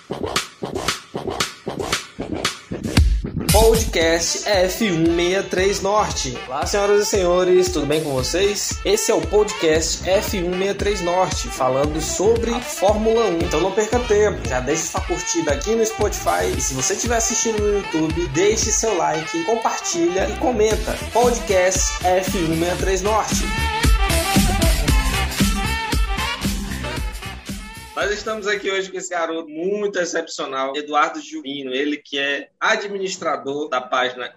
Podcast F163 Norte. Olá, senhoras e senhores, tudo bem com vocês? Esse é o podcast F163 Norte, falando sobre a Fórmula 1. Então não perca tempo, já deixe sua curtida aqui no Spotify e se você estiver assistindo no YouTube, deixe seu like, compartilha e comenta. Podcast F163 Norte. Nós estamos aqui hoje com esse garoto muito excepcional, Eduardo Juvino, ele que é administrador da página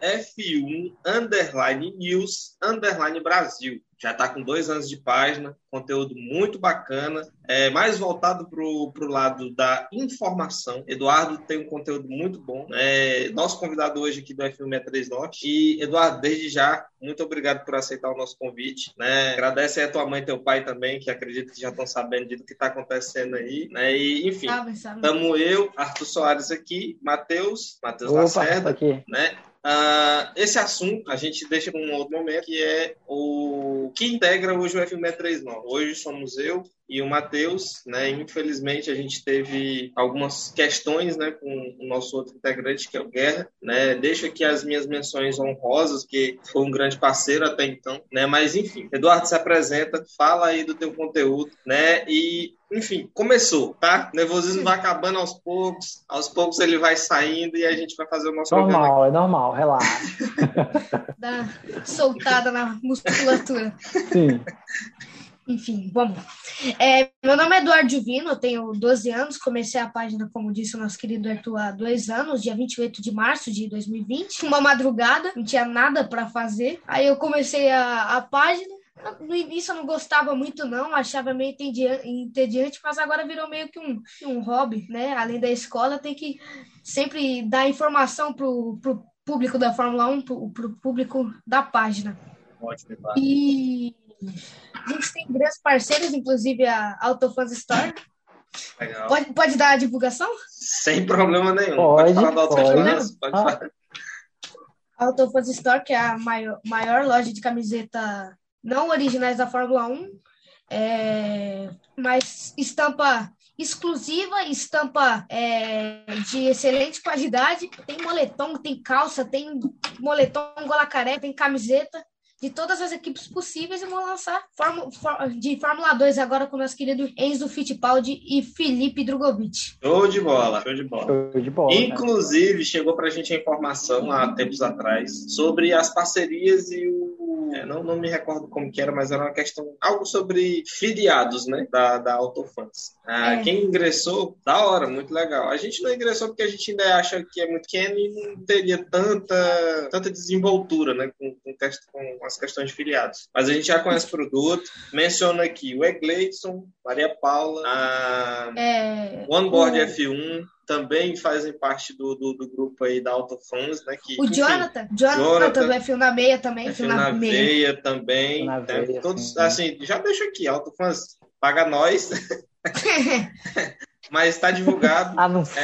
F1_News_Brasil. Já está com 2 anos de página, conteúdo muito bacana, mais voltado para o lado da informação. Eduardo tem um conteúdo muito bom. Nosso convidado hoje aqui do F163 Norte. E, Eduardo, desde já, muito obrigado por aceitar o nosso convite. Agradece aí a tua mãe e teu pai também, que acredito que já estão sabendo do que está acontecendo aí. E, enfim, estamos eu, Arthur Soares aqui, Matheus Lacerda, aqui. Esse assunto a gente deixa para um outro momento, que é o que integra hoje o F163 Norte. Hoje somos eu e o Matheus, Infelizmente a gente teve algumas questões, com o nosso outro integrante, que é o Guerra, Deixo aqui as minhas menções honrosas, que foi um grande parceiro até então, Mas enfim, Eduardo, se apresenta, fala aí do teu conteúdo, E enfim, começou, tá? O nervosismo vai acabando aos poucos ele vai saindo e a gente vai fazer o nosso programa. É normal, relaxa. Dá soltada na musculatura. Sim. Enfim, vamos. Meu nome é Eduardo Juvino, eu tenho 12 anos, comecei a página, como disse o nosso querido Arthur, há 2 anos, dia 28 de março de 2020, uma madrugada, não tinha nada para fazer, aí eu comecei a página. No início eu não gostava muito não, achava meio entediante, mas agora virou meio que um hobby, Além da escola, tem que sempre dar informação pro público da Fórmula 1, pro público da página. Ótimo, e a gente tem grandes parceiros, inclusive a Autofans Store. Legal. Pode dar a divulgação? Sem problema nenhum. Pode falar da Autofans, pode falar. A Autofans Store, que é a maior loja de camiseta não originais da Fórmula 1, mas estampa exclusiva, estampa de excelente qualidade. Tem moletom, tem calça, tem moletom gola careca, tem camiseta de todas as equipes possíveis, e vão lançar de Fórmula 2 agora com o nosso querido Enzo Fittipaldi e Felipe Drugovich. Show de bola. Inclusive, chegou pra gente a informação há tempos atrás sobre as parcerias e não me recordo como que era, mas era uma questão, algo sobre filiados, da Autofans. Quem ingressou, da hora, muito legal. A gente não ingressou porque a gente ainda acha que é muito pequeno e não teria tanta desenvoltura, com as questões de filiados. Mas a gente já conhece o produto, menciona aqui o Egleidson, Maria Paula, a OneBoard F1, também fazem parte do grupo aí da Autofans, o Jonathan do F1 na Meia também. F1 na Veia também. Todos, assim, já deixo aqui, Autofans, paga nós. Mas está divulgado.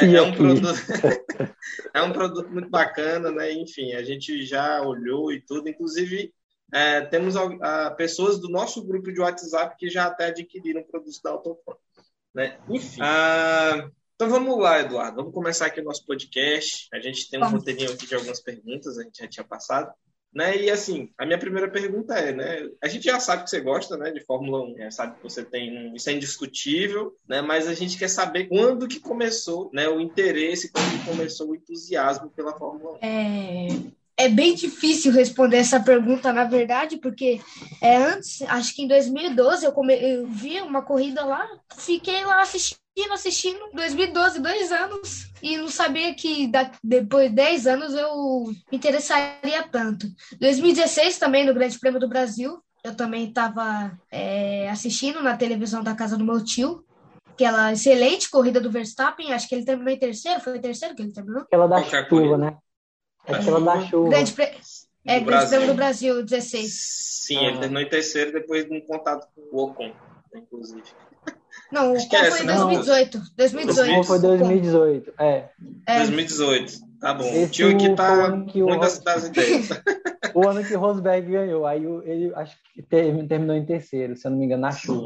É um produto muito bacana, Enfim, a gente já olhou e tudo, inclusive temos pessoas do nosso grupo de WhatsApp que já até adquiriram produtos da Autofans, Enfim. Então vamos lá, Eduardo. Vamos começar aqui o nosso podcast. A gente tem um roteirinho aqui de algumas perguntas, a gente já tinha passado. E assim, a minha primeira pergunta a gente já sabe que você gosta, de Fórmula 1, sabe que você tem isso é indiscutível, mas a gente quer saber quando que começou, o interesse, quando que começou o entusiasmo pela Fórmula 1. É bem difícil responder essa pergunta, na verdade, porque antes, acho que em 2012, eu vi uma corrida lá, fiquei lá assistindo, 2012, 2 anos, e não sabia que depois de 10 anos eu me interessaria tanto. 2016 também, no Grande Prêmio do Brasil, eu também estava assistindo na televisão da casa do meu tio, aquela excelente corrida do Verstappen, acho que ele terminou em terceiro, foi em terceiro que ele terminou? Aquela da chuva, Aquela da chuva. Grande Prêmio do Brasil, 16. Sim, ele terminou em terceiro depois de um contato com o Ocon, inclusive. Não, o Ocon foi em 2018. 2018. Foi 2018, 2018, tá bom. Esse o tio aqui tá muito das ideias. O ano que o Rosberg ganhou, aí ele acho que terminou em terceiro, se eu não me engano, na chuva.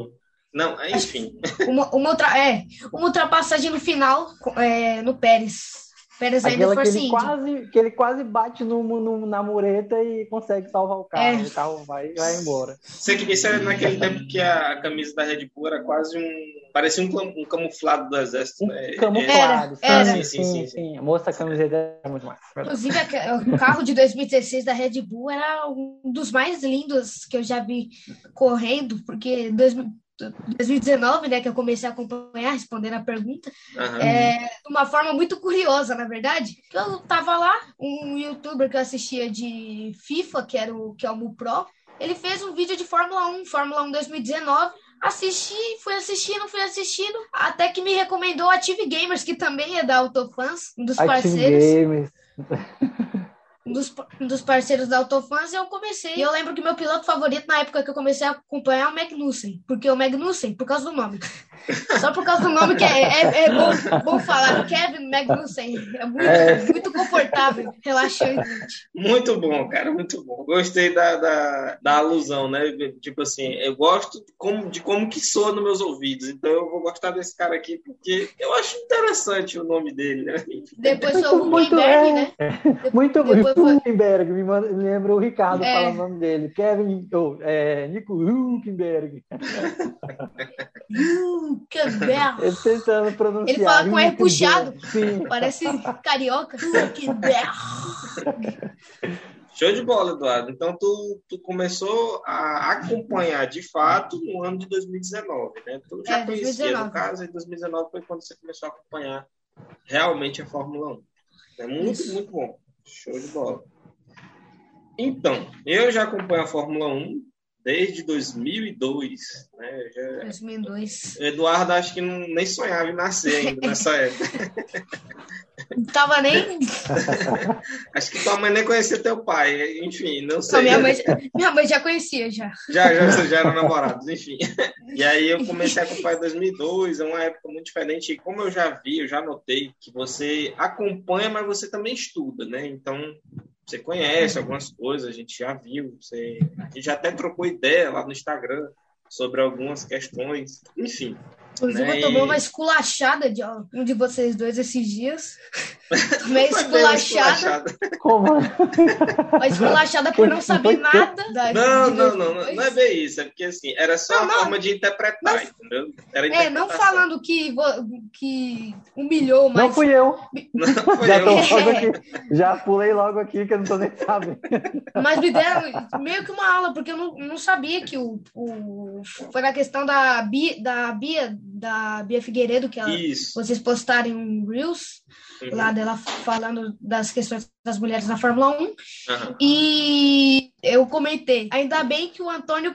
Não, enfim. Uma ultrapassagem no final no Pérez. Pérez ainda Force India. Que ele quase bate na mureta e consegue salvar o carro. O carro vai embora. Sei que isso era naquele tempo que a camisa da Red Bull era quase parecia um camuflado do exército. Camuflado. Era. Sim. A moça camiseta era muito mais. Inclusive, o carro de 2016 da Red Bull era um dos mais lindos que eu já vi correndo, porque 2019, né, que eu comecei a acompanhar, respondendo a pergunta, de uma forma muito curiosa, na verdade. Eu tava lá, um youtuber que eu assistia de FIFA, que é o MuPro, ele fez um vídeo de Fórmula 1 2019, fui assistindo, até que me recomendou a Active Gamers, que também é da Autofans, um dos parceiros. Gamers. Um dos parceiros da Autofans, eu comecei. E eu lembro que meu piloto favorito na época que eu comecei a acompanhar é o Magnussen. Porque o Magnussen, por causa do nome. Só por causa do nome que é bom falar. Kevin Magnussen. É muito confortável, relaxante. Muito bom, cara, muito bom. Gostei da alusão, né? Tipo assim, eu gosto de como que soa nos meus ouvidos. Então eu vou gostar desse cara aqui, porque eu acho interessante o nome dele, né? Depois foi o Huckenberg, né? Muito bom. Huckenberg, me lembra o Ricardo falando o nome dele. Kevin, Nico Huckenberg. Huckenberg. Ele tentando pronunciar. Ele fala com R puxado. Sim. Parece carioca. Huckenberg. Show de bola, Eduardo. Então, tu começou a acompanhar, de fato, no ano de 2019, né? Tu já conhecia, no caso, em 2019 foi quando você começou a acompanhar realmente a Fórmula 1. É muito bom. Show de bola. Então, eu já acompanho a Fórmula 1 desde 2002. Né? 2002. O Eduardo acho que nem sonhava em nascer ainda nessa época. Não tava nem... Acho que tua mãe nem conhecia teu pai. Enfim, não sei. Não, minha mãe já conhecia, já. Já eram namorados, enfim. E aí eu comecei a acompanhar em 2002, é uma época muito diferente. E como eu já notei que você acompanha, mas você também estuda, né? Então, você conhece algumas coisas, a gente já viu. A gente já até trocou ideia lá no Instagram sobre algumas questões. Enfim. Inclusive, eu tomei uma esculachada de um de vocês dois esses dias. Tomei esculachada. Como? Uma esculachada por não saber nada. Não é bem isso. É porque, assim, era só a forma de interpretar, entendeu? Não falando que humilhou, mas... Não fui eu. Já pulei logo aqui, que eu não tô nem sabendo. Mas me deram meio que uma aula, porque eu não sabia que foi na questão da Bia Figueiredo, que vocês postarem um Reels lá dela falando das questões das mulheres na Fórmula 1. E eu comentei, ainda bem que o Antônio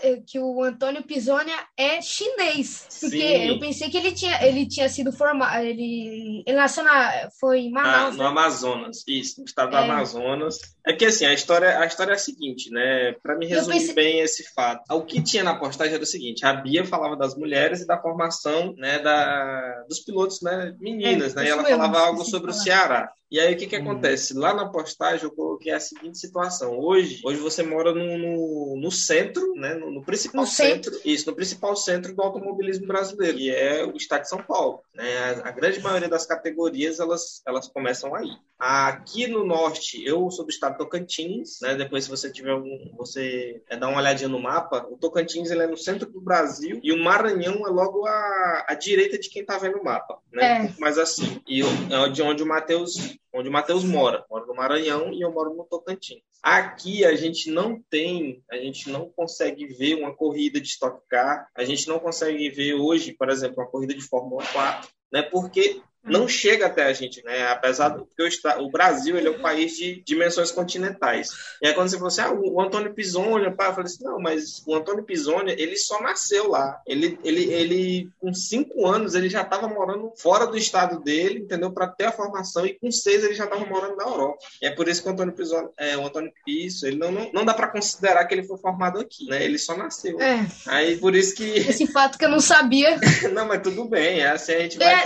Pisonia é chinês, porque eu pensei que ele tinha sido formado, ele nasceu foi em Manaus, no Amazonas, isso, no estado do Amazonas. É que assim, a história é a seguinte, né? Para me resumir bem esse fato, o que tinha na postagem era o seguinte: a Bia falava das mulheres e da formação, né, dos pilotos, né, meninas, né? E ela falava algo sobre o Ceará. E aí, o que acontece? Lá na postagem, eu coloquei a seguinte situação. Hoje você mora no centro, né? No principal centro. Isso, no principal centro do automobilismo brasileiro, que é o estado de São Paulo. Né? A grande maioria das categorias, elas começam aí. Aqui no norte, eu sou do estado de Tocantins, né? Depois, se você tiver você dá uma olhadinha no mapa, o Tocantins ele é no centro do Brasil e o Maranhão é logo à direita de quem tá vendo o mapa, né? Mas assim, é de onde o Matheus mora no Maranhão e eu moro no Tocantins. Aqui a gente não consegue ver uma corrida de Stock Car, a gente não consegue ver hoje, por exemplo, uma corrida de Fórmula 4, né? Porque não chega até a gente, né? Apesar do que o Brasil ele é um país de dimensões continentais. E aí quando você falou assim, o Antônio Pisonia, eu falei assim, não, mas o Antônio Pisonia, ele só nasceu lá. Ele com 5 anos, ele já estava morando fora do estado dele, entendeu? Para ter a formação, e com 6 ele já estava morando na Europa. E é por isso que o Antônio Pisonia, o Antônio Piso, ele não dá para considerar que ele foi formado aqui, né? Ele só nasceu. Aí por isso que... Esse fato que eu não sabia. Não, mas tudo bem, assim a gente vai...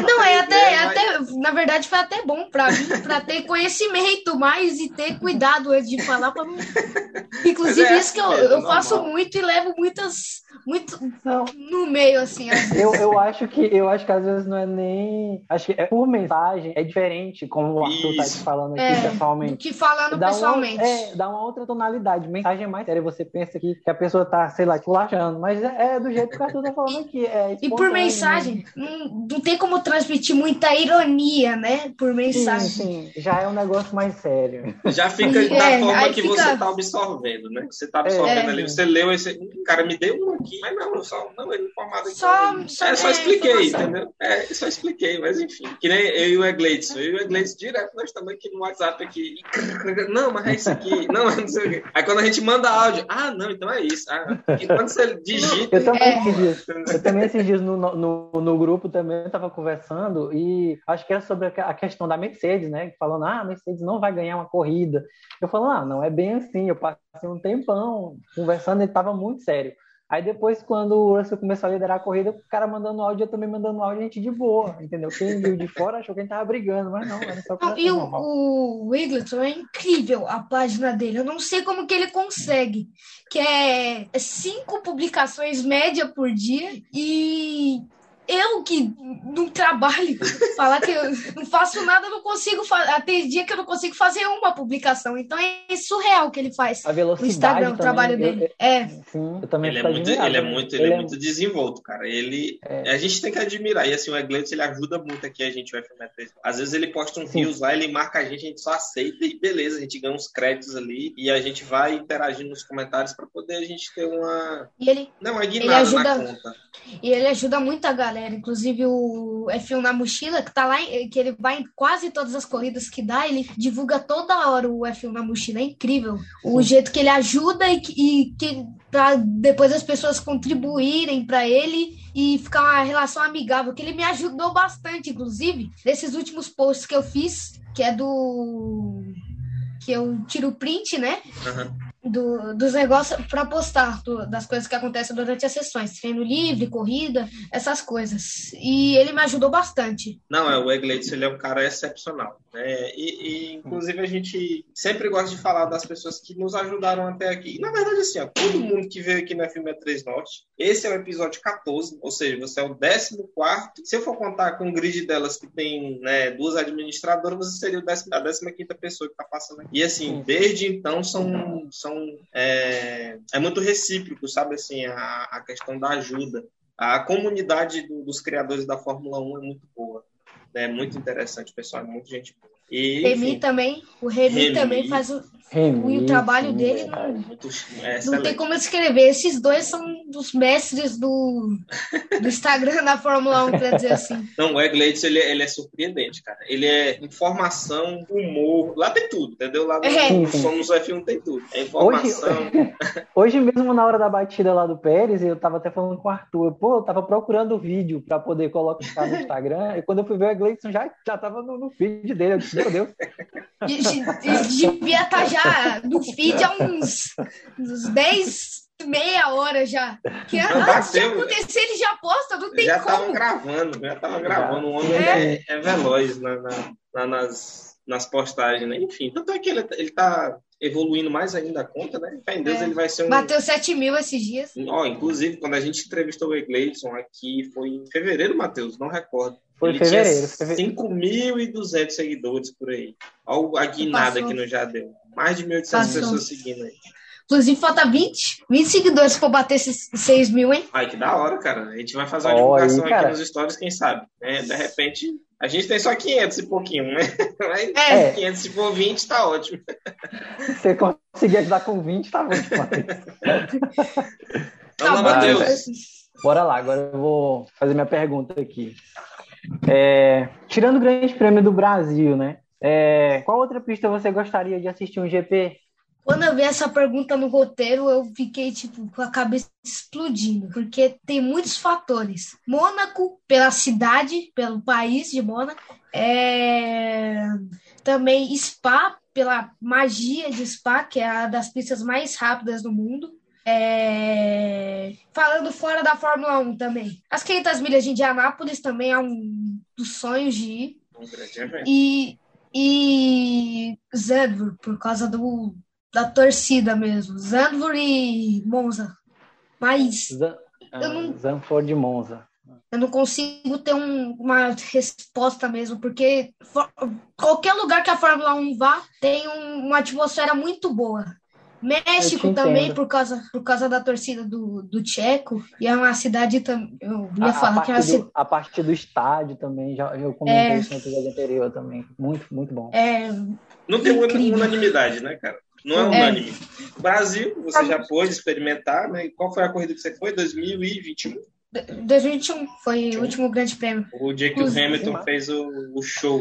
na verdade foi até bom para mim, para ter conhecimento mais e ter cuidado antes de falar para não... Inclusive isso que eu faço muito e levo muito Não. no meio, assim. Eu acho que às vezes não é nem... Acho que é por mensagem, é diferente, como o Arthur tá te falando aqui pessoalmente. Do que falando pessoalmente. Dá uma outra tonalidade. Mensagem é mais séria, você pensa que a pessoa tá, sei lá, culachando, mas é do jeito que o Arthur tá falando aqui. E por mensagem, não tem como transmitir muita ironia, né? Por mensagem. Sim, já é um negócio mais sério. Já fica da forma que você tá absorvendo, né? Você tá absorvendo ali, você leu esse... Cara, me deu um aqui, mas não, ele informado aqui. Só expliquei, entendeu? Só expliquei, mas enfim. Que nem eu e o Egleidson. Eu e o Egleidson direto, nós estamos aqui no WhatsApp aqui. Não, mas é isso aqui. Não, não sei o quê. Aí quando a gente manda áudio, não, então é isso. E quando você digita... Eu também esses dias no grupo também estava conversando e acho que era sobre a questão da Mercedes, né? Falando, a Mercedes não vai ganhar uma corrida. Eu falo, não é bem assim. Eu passei um tempão conversando e ele estava muito sério. Aí depois, quando o Russell começou a liderar a corrida, o cara mandando áudio, eu também mandando áudio, a gente de boa, entendeu? Quem viu de fora achou que a gente tava brigando, mas não, era só E o Wigleton é incrível, a página dele. Eu não sei como que ele consegue, que é 5 publicações média por dia e... Eu que não trabalho, falar que eu não faço nada, eu não consigo fazer. Tem dia que eu não consigo fazer uma publicação. Então é surreal o que ele faz. A velocidade no Instagram, também, o trabalho dele. Sim, eu também ele é muito desenvolto, cara. A gente tem que admirar. E assim, o Egleidson, ele ajuda muito aqui a gente, o FM3. Às vezes ele posta um Reels lá, ele marca a gente só aceita e beleza, a gente ganha uns créditos ali e a gente vai interagindo nos comentários para poder a gente ter uma guinada na conta. E ele ajuda muito a galera. Inclusive o F1 na mochila, que tá lá, que ele vai em quase todas as corridas que dá, ele divulga toda hora o F1 na mochila. É incrível o jeito que ele ajuda e que para depois as pessoas contribuírem para ele e ficar uma relação amigável, que ele me ajudou bastante, inclusive, nesses últimos posts que eu fiz, que é que eu tiro print, né? Dos negócios para postar, das coisas que acontecem durante as sessões, treino livre, corrida, essas coisas. E ele me ajudou bastante. Não, o Egleidson, ele é um cara excepcional, né? E inclusive a gente sempre gosta de falar das pessoas que nos ajudaram até aqui. E na verdade, assim, todo mundo que veio aqui na FM3 Norte, esse é o episódio 14, ou seja, você é o 14º. Se eu for contar com o grid delas que tem, né, 2 administradoras, você seria a 15ª pessoa que está passando aqui. E assim, desde então é muito recíproco, sabe, assim, a questão da ajuda. A comunidade dos criadores da Fórmula 1 é muito boa, é muito interessante, o pessoal é muito gente boa. E, Remy também, o Remy também faz o trabalho dele, não tem como escrever. Esses dois são dos mestres do Instagram da Fórmula 1, pra dizer assim. Não, o Egleidson, ele é surpreendente, cara. Ele é informação, humor, lá tem tudo, entendeu? Lá no Somos F1 tem tudo. É informação. Hoje mesmo, na hora da batida lá do Pérez, eu tava até falando com o Arthur, eu tava procurando o vídeo pra poder colocar no Instagram, e quando eu fui ver o Egleidson, já tava no feed dele, eu disse, meu Deus. Devia estar já no feed há uns 10, meia hora já. Que antes de acontecer, ele já posta, não tem já como. Já tava gravando. O homem é veloz nas postagens, né? Enfim, tanto é que ele tá evoluindo mais ainda a conta, né? Fé em Deus, ele vai ser Bateu 7 mil esses dias. Inclusive, quando a gente entrevistou o Egleidson aqui, foi em fevereiro, Matheus, não recordo. Foi em fevereiro. 5.200 seguidores por aí. Olha a guinada que não já deu. Mais de 1.800 pessoas seguindo aí. Inclusive, falta 20 seguidores se for bater esses 6 mil, hein? Ai, que da hora, cara. A gente vai fazer uma divulgação aqui nos stories, quem sabe? Né? De repente, a gente tem só 500 e pouquinho, né? Mas 500 se for 20, tá ótimo. Se conseguir ajudar com 20, tá ótimo. Vamos lá, Matheus. Bora lá, agora eu vou fazer minha pergunta aqui. Tirando o Grande Prêmio do Brasil, né? Qual outra pista você gostaria de assistir um GP? Quando eu vi essa pergunta no roteiro, eu fiquei, com a cabeça explodindo, porque tem muitos fatores. Mônaco, pela cidade, pelo país de Mônaco. Também Spa, pela magia de Spa, que é uma das pistas mais rápidas do mundo. Falando fora da Fórmula 1 também. As 500 milhas de Indianápolis também é um dos sonhos de ir. Um grande evento. E Zandvoort, por causa da torcida mesmo. Zandvoort e Monza. Mas Zandvoort de Monza. Eu não consigo ter uma resposta mesmo, porque qualquer lugar que a Fórmula 1 vá tem uma atmosfera muito boa. México também, por causa da torcida do Tcheco, e é uma cidade também. Eu ia falar que a parte do estádio também, eu comentei isso no episódio anterior também. Muito, muito bom. Não tem unanimidade, né, cara? Não é unânime. O Brasil, você já pôde experimentar, né? Qual foi a corrida que você foi? 2021? 2021 foi o último grande prêmio. O dia que o Hamilton fez o show.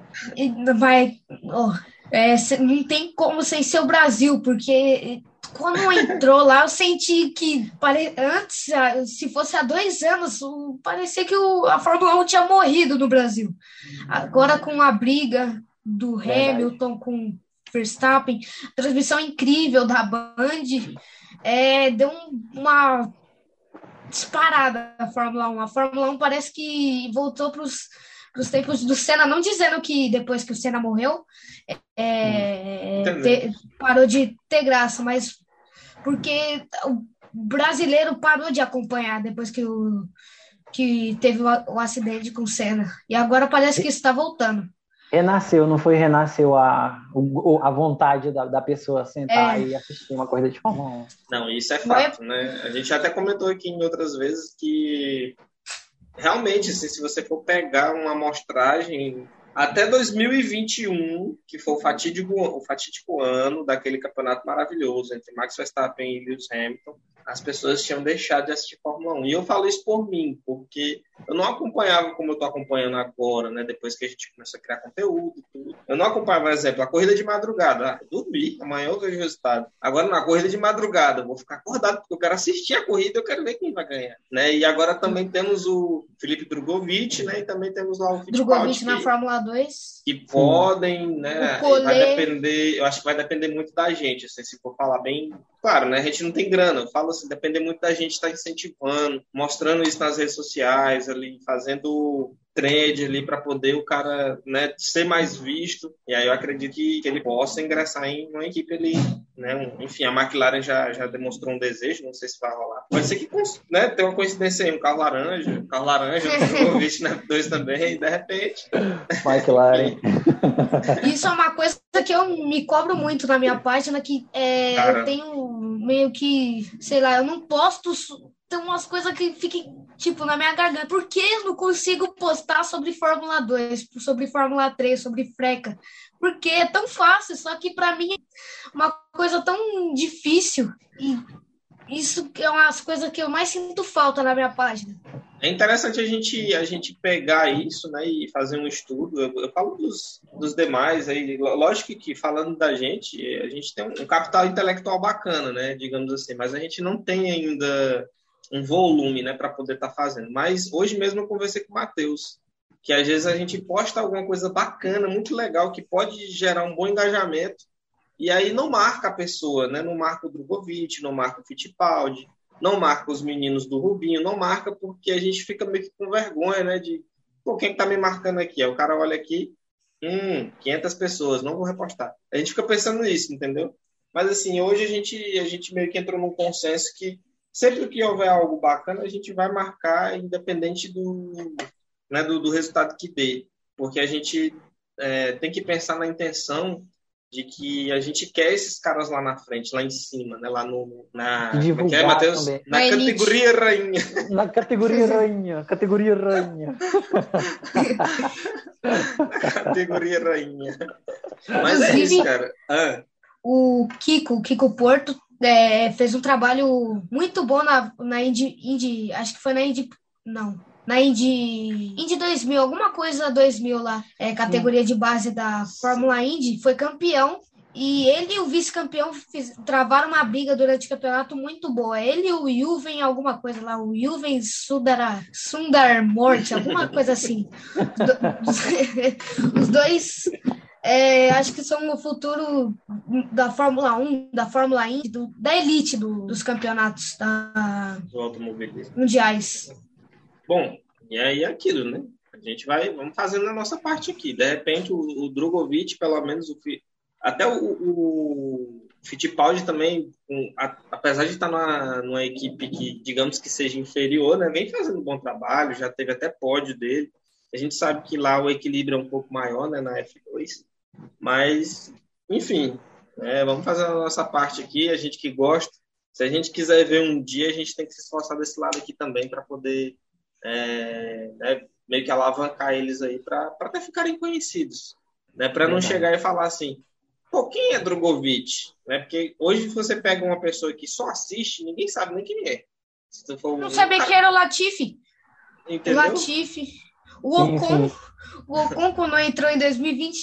Não tem como sem ser o Brasil, porque quando entrou lá, eu senti que antes, se fosse há 2 anos, parecia que a Fórmula 1 tinha morrido no Brasil. Agora, com a briga do Hamilton com Verstappen, transmissão incrível da Band, deu uma disparada a Fórmula 1. A Fórmula 1 parece que voltou para os tempos do Senna, não dizendo que depois que o Senna morreu parou de ter graça, mas porque o brasileiro parou de acompanhar depois que teve o acidente com o Senna, e agora parece que isso está voltando. Renasceu a vontade da pessoa sentar e assistir uma corrida de Fórmula 1. Não, isso é fato, né? A gente até comentou aqui em outras vezes que realmente, assim, se você for pegar uma amostragem até 2021, que foi o fatídico ano daquele campeonato maravilhoso entre Max Verstappen e Lewis Hamilton, as pessoas tinham deixado de assistir Fórmula 1. E eu falo isso por mim, porque eu não acompanhava como eu estou acompanhando agora, né? Depois que a gente começou a criar conteúdo e tudo. Eu não acompanhava, por exemplo, a corrida de madrugada. Eu dormi, amanhã eu vejo o resultado. Agora, na corrida de madrugada, eu vou ficar acordado, porque eu quero assistir a corrida, eu quero ver quem vai ganhar, né? E agora também temos o Felipe Drogovic, né? E também temos lá o Fittipaldi. Drogovic na Fórmula 2. Que podem, né? Vai depender, eu acho que vai depender muito da gente, assim, se for falar bem. Claro, né? A gente não tem grana. Eu falo assim, depende muito da gente estar incentivando, mostrando isso nas redes sociais, ali, fazendo trade ali para poder o cara, né, ser mais visto. E aí eu acredito que ele possa ingressar em uma equipe ali, né? Enfim, a McLaren já demonstrou um desejo, não sei se vai rolar. Pode ser que, né, tem uma coincidência aí, um carro laranja, o Vice na F2 também, de repente. McLaren. Isso é uma coisa que eu me cobro muito na minha página, que eu tenho meio que, sei lá, eu não posto, tem umas coisas que fiquem tipo na minha garganta. Por que eu não consigo postar sobre Fórmula 2, sobre Fórmula 3, sobre freca? Porque é tão fácil, só que para mim é uma coisa tão difícil, e isso é uma das coisas que eu mais sinto falta na minha página. É interessante a gente pegar isso, né, e fazer um estudo. Eu falo dos demais aí. Lógico que falando da gente, a gente tem um capital intelectual bacana, né, digamos assim, mas a gente não tem ainda um volume, né, para poder estar fazendo. Mas hoje mesmo eu conversei com o Matheus, que às vezes a gente posta alguma coisa bacana, muito legal, que pode gerar um bom engajamento, e aí não marca a pessoa, né, não marca o Drogovic, não marca o Fittipaldi, não marca os meninos do Rubinho, não marca porque a gente fica meio que com vergonha, né, de, pô, quem tá me marcando aqui? Aí o cara olha aqui, 500 pessoas, não vou repostar. A gente fica pensando nisso, entendeu? Mas assim, hoje a gente meio que entrou num consenso que sempre que houver algo bacana, a gente vai marcar, independente do resultado que dê, porque a gente tem que pensar na intenção de que a gente quer esses caras lá na frente, lá em cima, né? Lá divulgar Matheus? Na categoria rainha. Na categoria rainha. Categoria rainha. Na categoria rainha. Mas é isso, cara. O Kiko Porto fez um trabalho muito bom na Indy, acho que foi na Indy, não, na Indy 2000, alguma coisa 2000 lá, categoria de base da Fórmula Indy, foi campeão, e ele e o vice-campeão travaram uma briga durante o campeonato muito boa. Ele e o Juven, alguma coisa lá, o Juven Sundarmort, alguma coisa assim. Os dois... acho que são o futuro da Fórmula 1, da Fórmula Indy, da elite dos campeonatos do automobilismo mundiais. Bom, e aí é aquilo, né? A gente vamos fazendo a nossa parte aqui. De repente, o Drogovic, pelo menos, até o Fittipaldi também, apesar de estar numa equipe que, digamos que seja inferior, né, vem fazendo um bom trabalho, já teve até pódio dele. A gente sabe que lá o equilíbrio é um pouco maior, né, na F2, mas, enfim, vamos fazer a nossa parte aqui, a gente que gosta. Se a gente quiser ver um dia, a gente tem que se esforçar desse lado aqui também para poder meio que alavancar eles aí para até ficarem conhecidos, né, para não chegar e falar assim, pô, quem é Drogovic? Né? Porque hoje você pega uma pessoa que só assiste, ninguém sabe nem quem é. Não sabia que era o Latifi. Entendeu? O Latifi. O Ocon. O Ocon, quando entrou em 2020,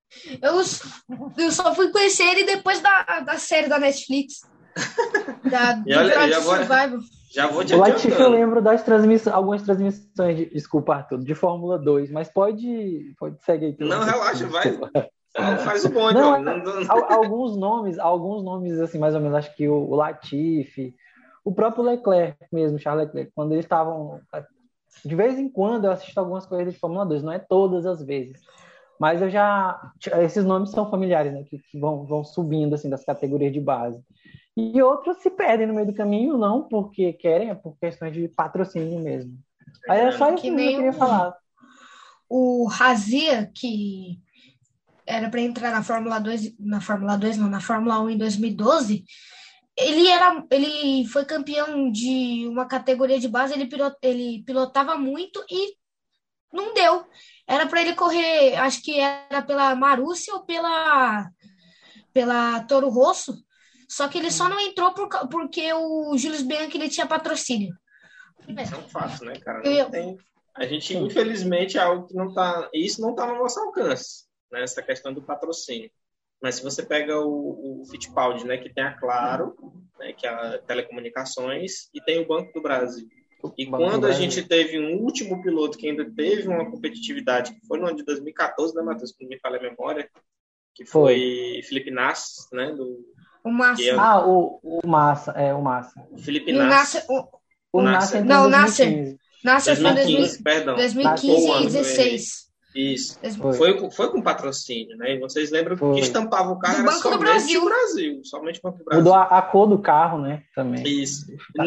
eu só fui conhecer ele depois da série da Netflix. E olha, já vou te adiantando. O Latifi eu lembro das algumas transmissões, desculpa, Arthur, de Fórmula 2, mas pode seguir aí. Não, relaxa, vai. Faz o bonde. Alguns nomes, assim, mais ou menos, acho que o Latifi, o próprio Leclerc mesmo, Charles Leclerc, quando eles estavam... De vez em quando eu assisto algumas corridas de Fórmula 2, não é todas as vezes, mas esses nomes são familiares, né, que vão subindo, assim, das categorias de base. E outros se perdem no meio do caminho, não porque querem, é por questões de patrocínio mesmo. Aí é só isso que eu queria falar. O Razia, que era para entrar na Fórmula 1 em 2012, ele foi campeão de uma categoria de base, ele pilotava muito e não deu. Era para ele correr, acho que era pela Marussia ou pela Toro Rosso, só que ele só não entrou porque o Jules Bianchi ele tinha patrocínio. Isso é um fato, né, cara? A gente, infelizmente, é algo que isso não está no nosso alcance, né, essa questão do patrocínio. Mas se você pega o Fittipaldi, né, que tem a Claro, né, que é a Telecomunicações, e tem o Banco do Brasil. E quando a gente teve um último piloto que ainda teve uma competitividade, que foi no ano de 2014, né, Matheus, que não me falha a memória, que foi Felipe Nasser, né, o Massa. O Massa. O Felipe Nasser. O Nasser. Não, o Nasser. Nasser foi em 2015, perdão. 2015 e 2016. Isso. Foi com patrocínio, né? E vocês lembram que estampava o carro era somente o Brasil. Somente o Banco do Brasil. Mudou a cor do carro, né? Também. Isso.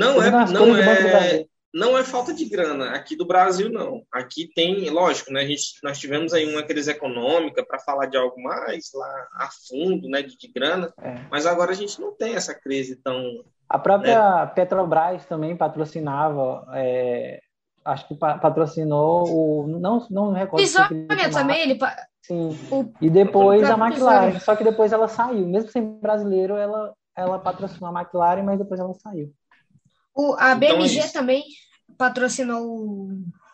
Não é falta de grana. Aqui do Brasil, não. Aqui tem, lógico, né? Nós tivemos aí uma crise econômica para falar de algo mais lá a fundo, né? De grana. Mas agora a gente não tem essa crise tão... A própria Petrobras também patrocinava... Acho que patrocinou o... Não me recordo. Pisônia também, Sim. E depois a McLaren. Pisônia. Só que depois ela saiu. Mesmo sem brasileiro, ela patrocinou a McLaren, mas depois ela saiu. A BMG também patrocinou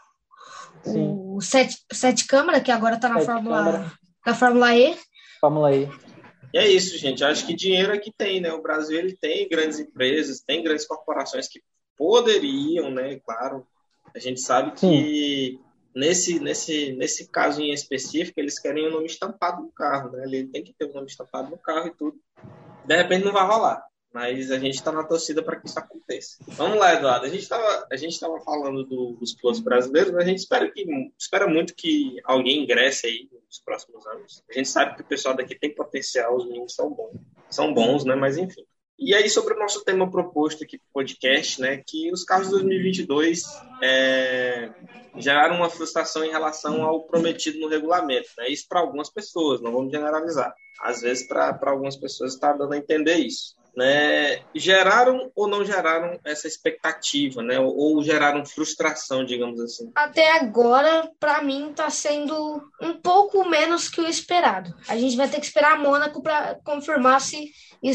o Sete Câmara, que agora está na Fórmula E. Fórmula E. E é isso, gente. Acho que dinheiro aqui tem, né? O Brasil ele tem grandes empresas, tem grandes corporações que poderiam, né? Claro. A gente sabe que nesse caso em específico, eles querem o nome estampado no carro, né? Ele tem que ter o nome estampado no carro e tudo. De repente não vai rolar, mas a gente está na torcida para que isso aconteça. Vamos lá, Eduardo. A gente estava falando dos pilotos brasileiros, mas a gente espera muito que alguém ingresse aí nos próximos anos. A gente sabe que o pessoal daqui tem potencial, os meninos são bons, né? Mas enfim. E aí, sobre o nosso tema proposto aqui para o podcast, né, que os carros de 2022 geraram uma frustração em relação ao prometido no regulamento. Né? Isso para algumas pessoas, não vamos generalizar. Às vezes, para algumas pessoas, está dando a entender isso. Né? Geraram ou não geraram essa expectativa, né? Ou geraram frustração, digamos assim? Até agora, para mim, está sendo um pouco menos que o esperado. A gente vai ter que esperar a Mônaco para confirmar se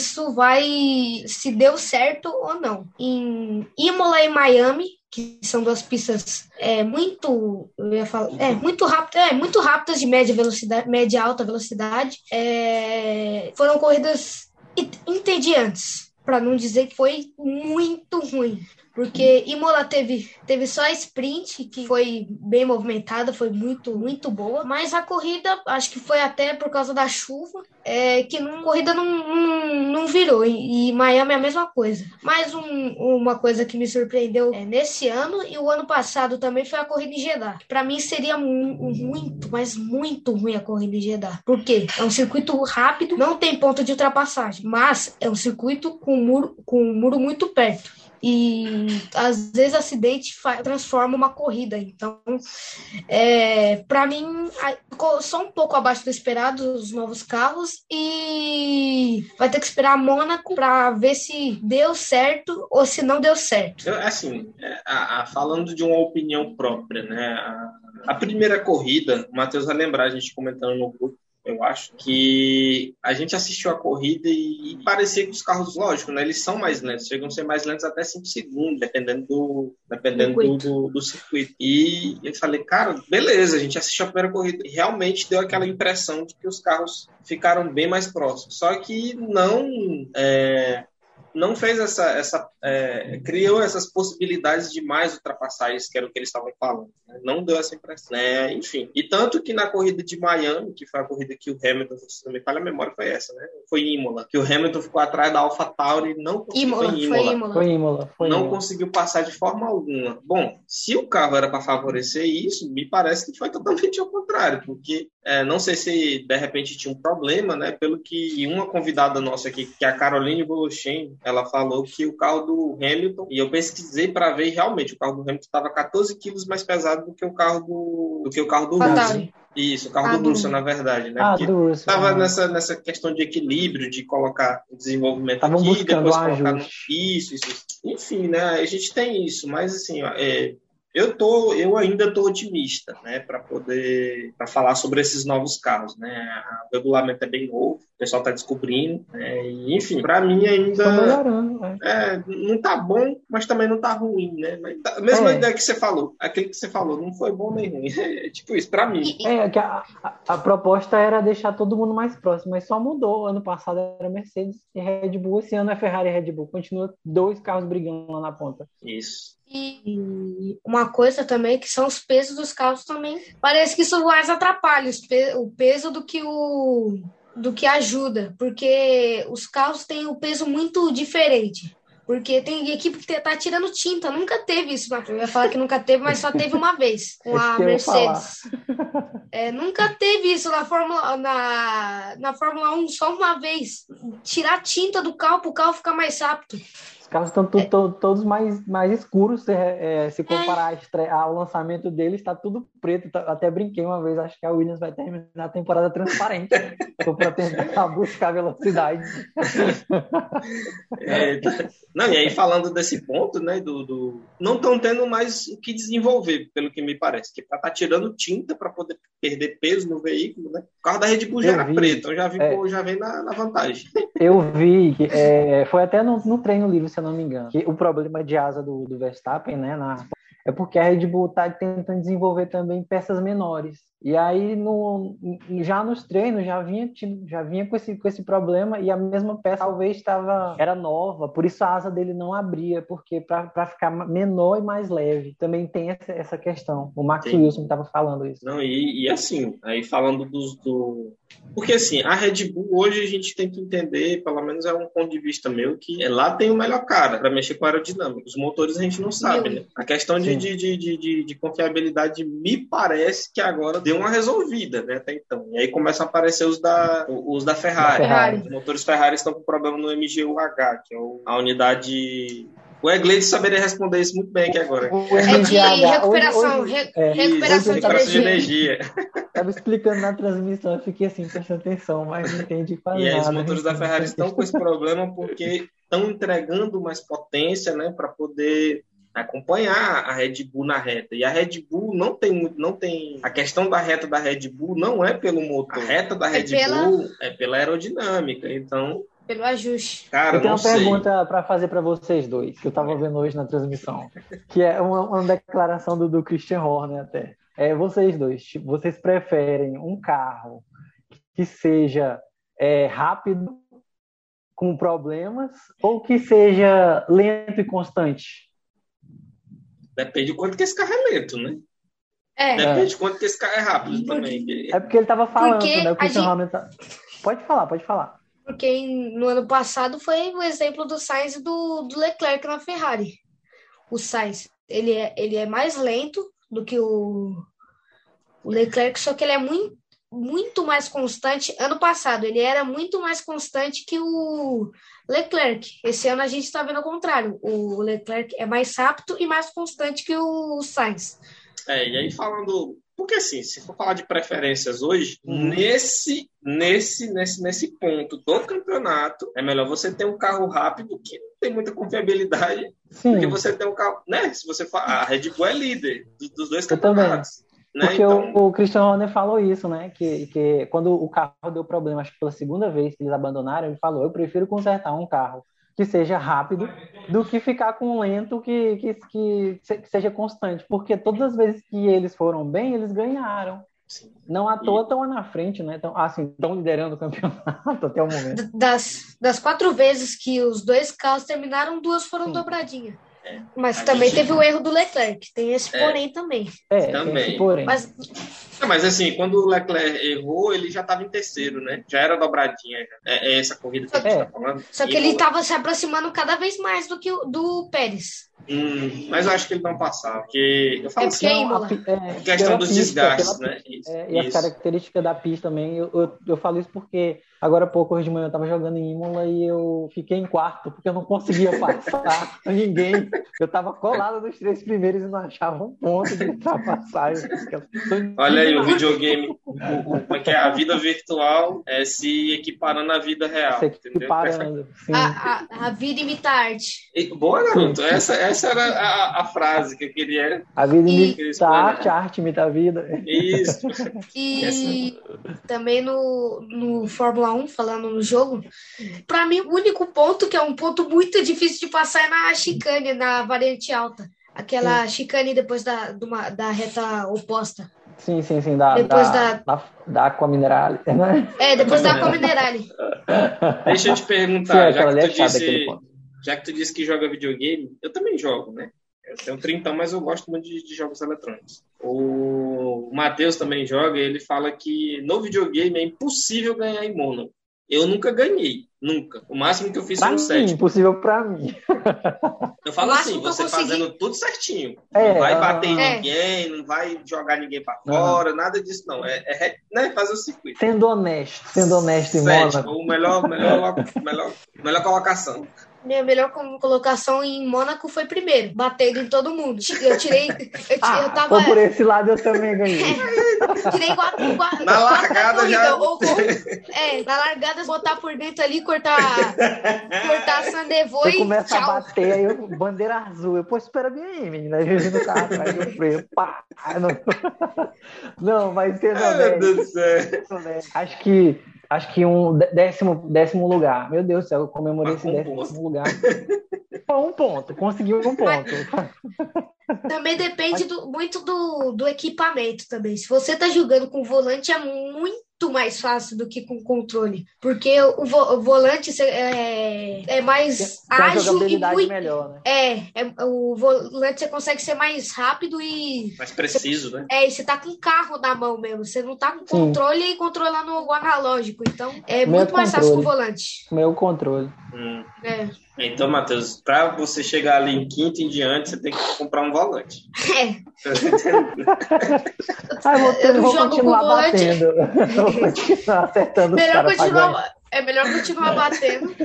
deu certo ou não. Em Imola e Miami, que são duas pistas muito rápidas de média alta velocidade, foram corridas entediantes, para não dizer que foi muito ruim. porque Imola teve só a sprint, que foi bem movimentada, foi muito, muito boa, mas a corrida, acho que foi até por causa da chuva, que a corrida não virou, e Miami é a mesma coisa. Mais uma coisa que me surpreendeu nesse ano e o ano passado também foi a corrida em Jeddah. Para mim seria muito, mas muito ruim a corrida em Jeddah. Por quê? É um circuito rápido, não tem ponto de ultrapassagem, mas é um circuito com um muro muito perto. E às vezes acidente transforma uma corrida. Então, para mim, ficou só um pouco abaixo do esperado os novos carros e vai ter que esperar a Mônaco para ver se deu certo ou se não deu certo. Falando de uma opinião própria, né? A primeira corrida, o Matheus vai lembrar, a gente comentando no grupo, eu acho, que a gente assistiu a corrida e parecia que os carros, lógico, né, eles são mais lentos, chegam a ser mais lentos até 5 segundos, dependendo do circuito. E eu falei, cara, beleza, a gente assistiu a primeira corrida e realmente deu aquela impressão de que os carros ficaram bem mais próximos. Só que não fez criou essas possibilidades de mais ultrapassagens, que era o que eles estavam falando, né? Não deu essa impressão, né? Enfim. E tanto que na corrida de Miami, que foi a corrida que o Hamilton, se não me falha a memória, foi essa, né? Foi Imola, que o Hamilton ficou atrás da AlphaTauri e não conseguiu. Conseguiu passar de forma alguma. Bom, se o carro era para favorecer isso, me parece que foi totalmente ao contrário, porque não sei se de repente tinha um problema, né? Pelo que uma convidada nossa aqui, que é a Caroline Voloshen, ela falou que o carro do Hamilton, e eu pesquisei para ver, realmente o carro do Hamilton estava 14 quilos mais pesado do que o carro do Russell. Isso, o carro do Russell, na verdade, né? Estava nessa questão de equilíbrio, de colocar o desenvolvimento aqui, depois colocar isso. Enfim, né? A gente tem isso, mas assim, eu ainda estou otimista, né, para falar sobre esses novos carros, né? O regulamento é bem novo, o pessoal está descobrindo, né? E, enfim, para mim ainda não tá bom, mas também não tá ruim, né? Mas a mesma ideia que você falou, aquele que você falou, não foi bom nem ruim, tipo isso, para mim. Que a proposta era deixar todo mundo mais próximo, mas só mudou. Ano passado era Mercedes e Red Bull, esse ano é Ferrari e Red Bull, continua 2 carros brigando lá na ponta. Isso. E uma coisa também que são os pesos dos carros também. Parece que isso mais atrapalha o peso do que ajuda, porque os carros têm um peso muito diferente. Porque tem equipe que tá tirando tinta. Nunca teve isso. Eu ia falar que nunca teve, mas só teve uma vez com a Mercedes. Nunca teve isso na Fórmula 1, só uma vez. Tirar tinta do carro para o carro ficar mais rápido. Os carros estão todos mais escuros, se comparar ao lançamento deles, está tudo preto. Até brinquei uma vez, acho que a Williams vai terminar a temporada transparente. Para tentar buscar velocidade. E aí falando desse ponto, né, não estão tendo mais o que desenvolver, pelo que me parece, que tá tirando tinta para poder perder peso no veículo, né? O carro da Red Bull já era preto, então já vem na vantagem. Eu vi que foi até no treino livre, se eu não me engano, que o problema de asa do Verstappen, né, é porque a Red Bull está tentando desenvolver também peças menores. E aí, já nos treinos, já vinha com esse problema, e a mesma peça talvez era nova, por isso a asa dele não abria, porque para ficar menor e mais leve. Também tem essa questão. O Max Wilson estava falando isso. Não, e assim, aí falando porque assim, a Red Bull hoje a gente tem que entender, pelo menos é um ponto de vista meu, que lá tem o melhor cara para mexer com a aerodinâmica. Os motores a gente não sabe, né? A questão de confiabilidade me parece que agora deu uma resolvida, né, até então. E aí começam a aparecer os da Ferrari. Os motores Ferrari estão com problema no MGU-H, que é a unidade... O Egleide saberia responder isso muito bem aqui agora. É de recuperação. Recuperação de energia. Estava explicando na transmissão, eu fiquei assim, prestando atenção, mas não entendi quase nada. E aí os motores da Ferrari estão com esse problema porque estão entregando mais potência, né, para poder acompanhar a Red Bull na reta. E a Red Bull não tem... A questão da reta da Red Bull não é pelo motor. A reta da Red Bull é pela aerodinâmica. Então... Pelo ajuste. Cara, eu tenho uma pergunta para fazer para vocês dois, que eu estava vendo hoje na transmissão, que é uma declaração do Christian Horner até. Vocês dois, vocês preferem um carro que seja rápido, com problemas, ou que seja lento e constante? Depende de quanto que esse carro é lento, né? Depende de quanto que esse carro é rápido também. É porque ele tava falando, né? O Christian Horner Pode falar. Porque no ano passado foi o exemplo do Sainz e do Leclerc na Ferrari. O Sainz, ele é mais lento do que o Leclerc, só que ele é muito mais constante. Ano passado, ele era muito mais constante que o Leclerc. Esse ano a gente está vendo o contrário. O Leclerc é mais rápido e mais constante que o Sainz. E aí falando... Porque assim, se for falar de preferências hoje, nesse ponto do campeonato, é melhor você ter um carro rápido que não tem muita confiabilidade, porque você ter um carro, né? Se você a Red Bull é líder dos dois campeonatos. Né? Porque então... o Christian Horner falou isso, né? Que quando o carro deu problema, acho que pela segunda vez que eles abandonaram, ele falou: eu prefiro consertar um carro que seja rápido do que ficar com um lento que seja constante, porque todas as vezes que eles foram bem, eles ganharam. Sim. Não à toa estão na frente, né? Estão liderando o campeonato até o momento. Das 4 vezes que os dois carros terminaram, 2 foram dobradinha. Mas também teve o erro do Leclerc, tem esse porém também. Também. Porém. Mas assim, quando o Leclerc errou, ele já estava em terceiro, né? Já era dobradinha. É essa corrida que a gente está falando. Só que ele estava se aproximando cada vez mais do Pérez. Mas eu acho que ele não passava. Porque eu falo assim, questão dos desgastes, né? E as características da pista também. Eu falo isso porque agora há pouco, hoje de manhã, eu estava jogando em Imola e eu fiquei em quarto, porque eu não conseguia passar ninguém. Eu estava colado nos 3 primeiros e não achava um ponto de ultrapassagem. Olha aí o videogame, como é que é? A vida virtual se equiparando à vida real. Se equiparando, sim. A vida imita a arte. Boa, garoto. Essa era a frase que eu queria. A vida imita a arte, a arte imita a vida. Isso. E também no Fórmula 1, falando no jogo, para mim, o único ponto, que é um ponto muito difícil de passar, é na chicane, na variante alta. Aquela chicane depois da reta oposta. Sim. Depois da Aqua Minerale. Depois da Aqua Minerale. Deixa eu te perguntar, já que tu disse que joga videogame, eu também jogo, né? Eu tenho 30, mas eu gosto muito de jogos eletrônicos. O Matheus também joga e ele fala que no videogame é impossível ganhar em Mônaco. Eu nunca ganhei, nunca. O máximo que eu fiz foi um 7. Impossível pra mim. Eu falo assim, você fazendo tudo certinho. Não vai bater em ninguém, não vai jogar ninguém pra fora, nada disso não. Né, fazer o circuito. Sendo honesto em Mônaco. O melhor colocação. Minha melhor colocação em Mônaco foi primeiro, batendo em todo mundo. Eu tirei. Eu tava. Por esse lado eu também ganhei. Tirei na largada já. Na largada, botar por dentro ali, cortar a Sandevô e. Começa a bater, aí bandeira azul. Eu, espera bem aí, menina. Eu vi no carro atrás do freio. Pá! Não, mas sendo meu Deus do céu. Acho que um décimo lugar. Meu Deus do céu, eu comemorei esse 10º lugar. Um ponto, conseguiu um ponto. Também depende muito do equipamento também. Se você tá jogando com volante, é muito mais fácil do que com controle. Porque o volante é mais ágil e muito... melhor, né? O volante você consegue ser mais rápido e... mais preciso, né? E você tá com o carro na mão mesmo. Você não tá com controle e controlando o analógico. Então, é muito mais fácil com o volante. Meu controle. Então, Matheus, para você chegar ali em quinto em diante, você tem que comprar um volante. Eu vou continuar batendo. Vou continuar acertando os caras. É melhor continuar batendo.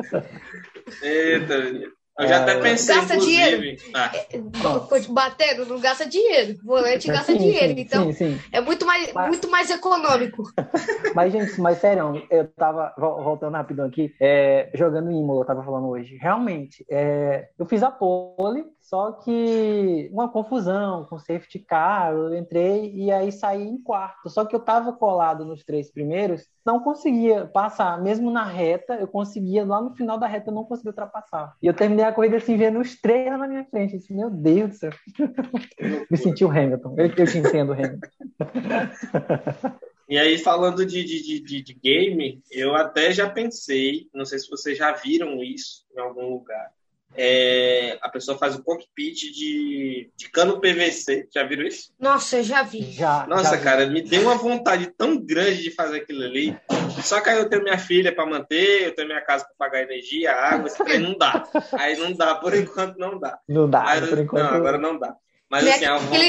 Eita, eu já até pensei, gasta inclusive. Batendo, não gasta dinheiro. Volante gasta dinheiro. Então, é muito mais econômico. Mas sério, eu tava, voltando rapidão aqui, jogando Imola, eu tava falando hoje. Realmente, eu fiz a pole, só que uma confusão com safety car, eu entrei e aí saí em quarto. Só que eu tava colado nos 3 primeiros, não conseguia passar. Mesmo na reta, eu conseguia, lá no final da reta, eu não conseguia ultrapassar. E eu terminei a corrida assim, vendo os 3 na minha frente. Eu disse, meu Deus do céu. Me senti o Hamilton. Eu te entendo, Hamilton. E aí, falando de game, eu até já pensei, não sei se vocês já viram isso em algum lugar, a pessoa faz o cockpit de cano PVC. Já viram isso? Nossa, eu já vi. Nossa, cara, me deu uma vontade tão grande de fazer aquilo ali. Só que aí eu tenho minha filha para manter, eu tenho minha casa para pagar energia, água, aí não dá. Aí não dá, por enquanto não dá. Não dá, aí, por enquanto. Não, agora não dá. Mas assim,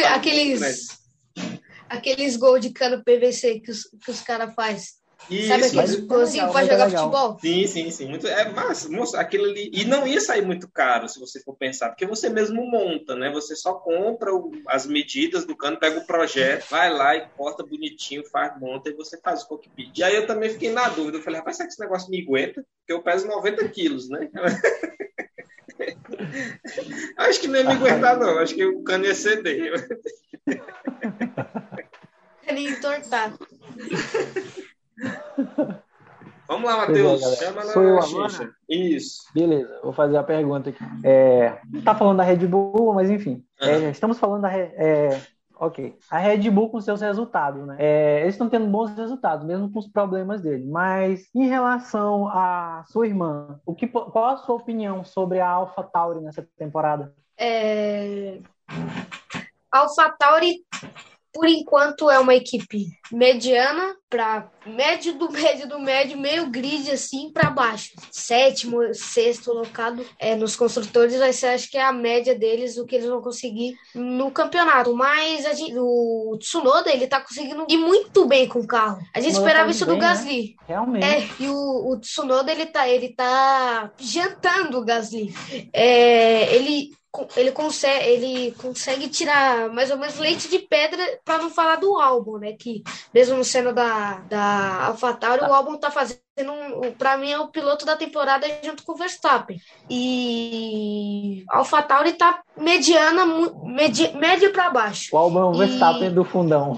aqueles gols de cano PVC que os caras fazem. Isso, sabe aqueles golzinhos para jogar futebol? Sim. Muito, mas, moça, aquilo ali. E não ia sair muito caro, se você for pensar, porque você mesmo monta, né? Você só compra as medidas do cano, pega o projeto, vai lá e corta bonitinho, monta e você faz o cockpit. E aí eu também fiquei na dúvida. Eu falei, rapaz, será que esse negócio me aguenta? Porque eu peso 90 quilos, né? Acho que não ia me aguentar, não. Acho que o cano ia ceder. Ele ia entortar. Vamos lá, Matheus. Chama na Xuxa. Isso. Beleza, vou fazer a pergunta aqui. Tá falando da Red Bull, mas enfim. Estamos falando da... Ok. A Red Bull com seus resultados, né? Eles estão tendo bons resultados, mesmo com os problemas dele. Mas em relação à sua irmã, qual a sua opinião sobre a AlphaTauri nessa temporada? AlphaTauri, por enquanto, é uma equipe mediana para médio, meio grid assim para baixo. 7º, 6º colocado nos construtores, vai ser, acho que é a média deles, o que eles vão conseguir no campeonato. Mas o Tsunoda, ele tá conseguindo ir muito bem com o carro. A gente esperava isso do Gasly. Né? Realmente. E o Tsunoda, ele tá jantando o Gasly. Ele consegue tirar mais ou menos leite de pedra, para não falar do Albon, né? Que mesmo sendo da AlphaTauri, o Albon tá fazendo, para mim, é o piloto da temporada junto com o Verstappen. E a AlphaTauri tá mediana, médio para baixo. O Albon é o Verstappen do fundão.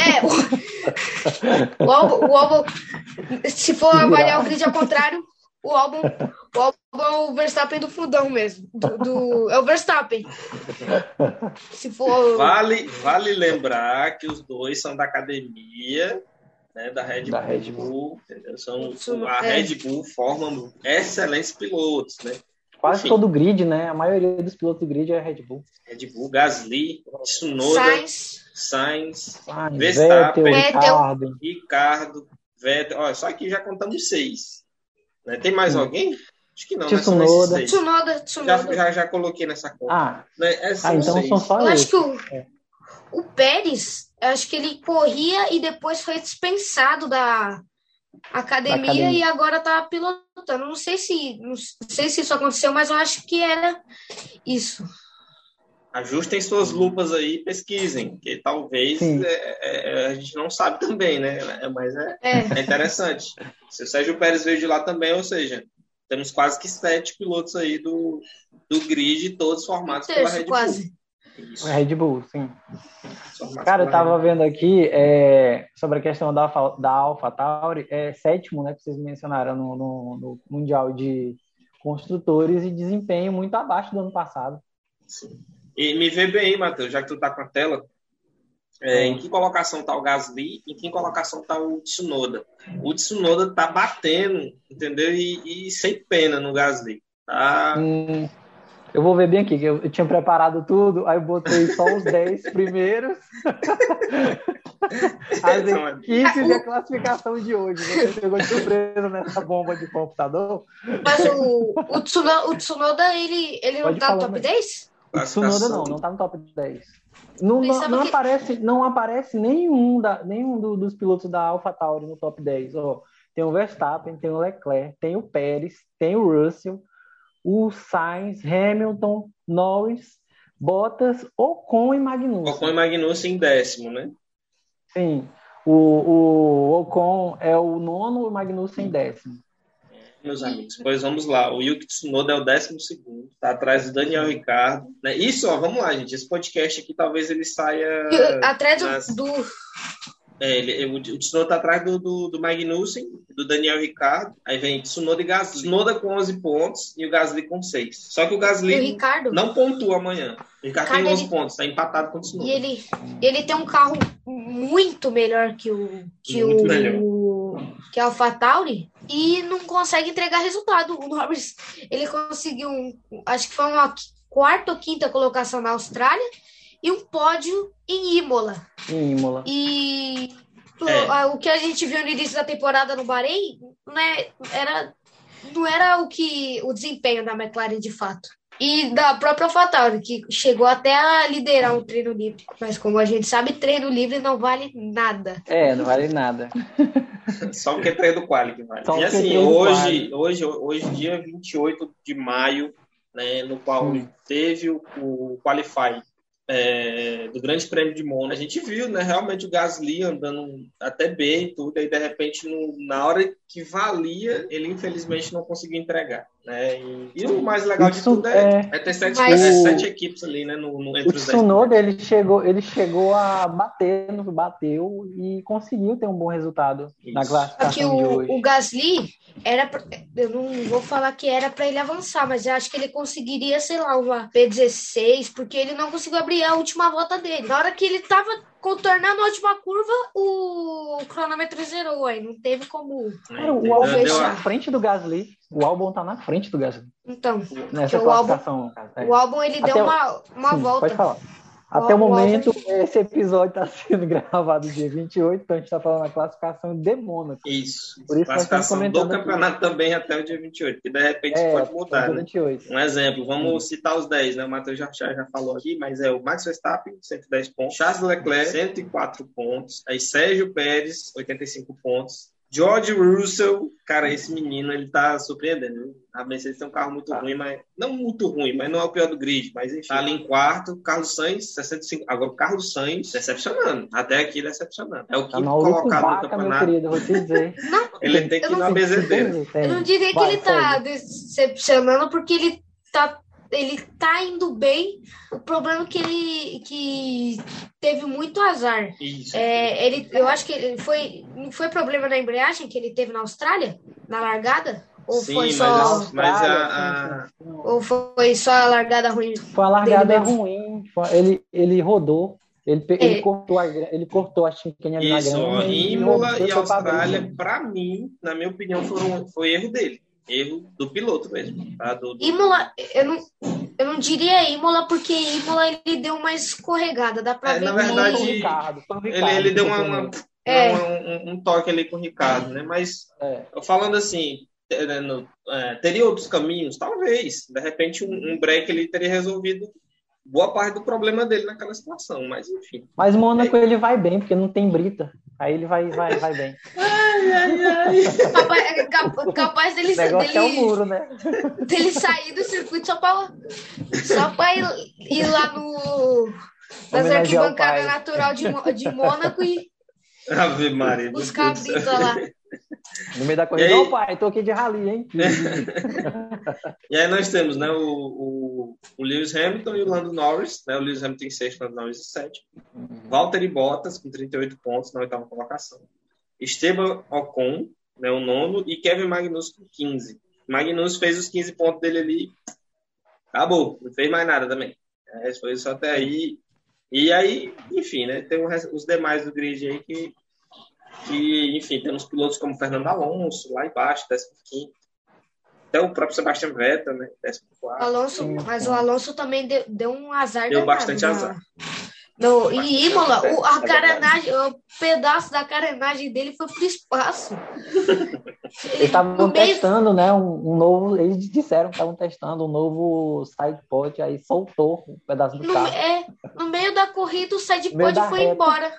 O Albon, se for avaliar o grid ao contrário, o Albon é o Verstappen do fundão mesmo. É o Verstappen. Se for... Vale lembrar que os dois são da academia, né, da Red Bull. Entendeu? A Red Bull forma excelentes pilotos, né? Quase todo o grid, né? A maioria dos pilotos do grid é Red Bull. Red Bull, Gasly, Tsunoda, Sainz, Verstappen, Ricardo, Vettel. Olha, só aqui já contamos 6. Tem mais alguém? Acho que não. Tsunoda. Já coloquei nessa conta. Então 6. São só eu acho que o Pérez, acho que ele corria e depois foi dispensado da academia e agora tá pilotando. Não sei se isso aconteceu, mas eu acho que era isso. Ajustem suas lupas aí e pesquisem, que talvez a gente não sabe também, né? Mas é interessante. Se o Sérgio Pérez veio de lá também, ou seja, temos quase que 7 pilotos aí do grid, todos formados pela Red Bull. Quase. Isso. Red Bull, sim. Cara, eu tava vendo aqui sobre a questão da AlphaTauri, 7º, né, que vocês mencionaram no Mundial de Construtores e desempenho muito abaixo do ano passado. Sim. E me vê bem, Matheus, já que tu tá com a tela, em que colocação tá o Gasly, em que colocação tá o Tsunoda. O Tsunoda tá batendo, entendeu? E sem pena no Gasly. Tá? Eu vou ver bem aqui, que eu tinha preparado tudo, aí eu botei só os 10 primeiros. As equipes e a classificação de hoje. Você pegou de surpresa nessa bomba de computador. Mas o Tsunoda, ele não tá no top 10? O Tsunoda não tá no top 10. Não aparece nenhum dos pilotos da AlphaTauri no top 10. Tem o Verstappen, tem o Leclerc, tem o Pérez, tem o Russell, o Sainz, Hamilton, Norris, Bottas, Ocon e Magnussen. Ocon e Magnussen em 10º, né? Sim. O Ocon é o 9º, o Magnussen em 10º. Meus amigos, pois vamos lá. O Yuki Tsunoda é o 12º, tá atrás do Daniel Ricciardo, né? Isso, vamos lá, gente. Esse podcast aqui talvez ele saia atrás do o Tsunoda tá atrás do Magnussen, do Daniel Ricciardo. Aí vem Tsunoda e Gasly. Tsunoda com 11 pontos e o Gasly com 6. Só que o Gasly não pontua amanhã. O Ricardo tem 11 pontos, tá empatado com o Tsunoda. E ele tem um carro muito melhor que a AlphaTauri, e não consegue entregar resultado. O Norris, ele conseguiu, acho que foi uma quarta ou quinta colocação na Austrália e um pódio em Imola. E o que a gente viu no início da temporada no Bahrein não era o desempenho da McLaren de fato. E da própria AlphaTauri, que chegou até a liderar um treino livre. Mas como a gente sabe, treino livre não vale nada. Não vale nada. Só porque treino quali que vale. E assim, hoje, dia 28 de maio, né, no qual teve o Qualify do Grande Prêmio de Mônaco, a gente viu, né, realmente o Gasly andando até bem e tudo, aí de repente, na hora que valia, ele infelizmente não conseguiu entregar. Né? E o mais legal de tudo é ter sete equipes ali, né, entre os 10. O Tsunoda, ele chegou a bateu e conseguiu ter um bom resultado na classificação de hoje. O Gasly, eu não vou falar que era para ele avançar, mas eu acho que ele conseguiria, sei lá, uma P16, porque ele não conseguiu abrir a última volta dele. Na hora que ele estava contornando a última curva, o cronômetro zerou, aí não teve como. Cara, o Albon tá na frente do Gasly. O Albon tá na frente do Gasly. Então, nessa classificação. O Albon ele deu uma volta. Pode falar. Até o momento, esse episódio está sendo gravado dia 28, então a gente está falando da classificação de Mônaco. Isso. Por isso classificação do campeonato também até o dia 28, que de repente pode mudar. Né? Um exemplo, vamos citar os 10, né? O Matheus já falou aqui, mas é o Max Verstappen, 110 pontos, Charles Leclerc, 104 pontos, aí Sérgio Pérez, 85 pontos, George Russell, cara, esse menino, ele tá surpreendendo. A Mercedes tem um carro muito ruim, mas não muito ruim, mas não é o pior do grid, mas enfim. Tá ali em quarto, Carlos Sainz, 65. Agora o Carlos Sainz, decepcionando. Até aqui, decepcionando. É o quinto colocado no campeonato. Meu querido, vou te dizer. Ele tem que ir na bezedeira. Eu não diria que ele tá decepcionando, porque ele tá indo bem. O problema é que ele teve muito azar. Isso. Eu acho que não foi problema na embreagem que ele teve na Austrália, na largada? Ou sim, foi só... Ou foi só a largada ruim? Foi a largada ruim. Ele rodou. Ele cortou a chicane ali na grama. Imola e Austrália, para mim, na minha opinião, foi erro dele. Erro do piloto mesmo. Tá? Imola, eu não diria Imola, porque Imola ele deu uma escorregada. Dá pra ver. Na verdade, ele deu um toque ali com o Ricardo, né? Mas, falando assim, teria outros caminhos? Talvez. De repente, um break ele teria resolvido boa parte do problema dele naquela situação, mas enfim. Mas Mônaco ele vai bem, porque não tem brita. Aí ele vai bem. Capaz dele é o muro, né? Dele sair do circuito só pra ir lá nas arquibancadas natural de Mônaco e Ave Maria, buscar a brita lá. No meio da corrida, não, pai, tô aqui de rally, hein? E aí nós temos, né, o Lewis Hamilton e o Lando Norris, né? O Lewis Hamilton em sexto, o Lando Norris em sétimo. Valtteri Bottas com 38 pontos na oitava colocação. Esteban Ocon, né, o nono, e Kevin Magnussen com 15. Magnussen fez os 15 pontos dele ali, acabou, não fez mais nada também. Foi só até aí. E aí, enfim, né, tem os demais do grid aí que enfim, temos pilotos como Fernando Alonso, lá embaixo, 15º. Até o próprio Sebastian Vettel, né, 14º. Mas o Alonso também deu um azar. Deu bastante azar. E Imola, a carenagem, o pedaço da carenagem dele foi pro espaço. Eles estavam testando, né, um novo, eles disseram que estavam testando um novo sidepod, aí soltou um pedaço do carro. No meio da corrida o sidepod foi embora.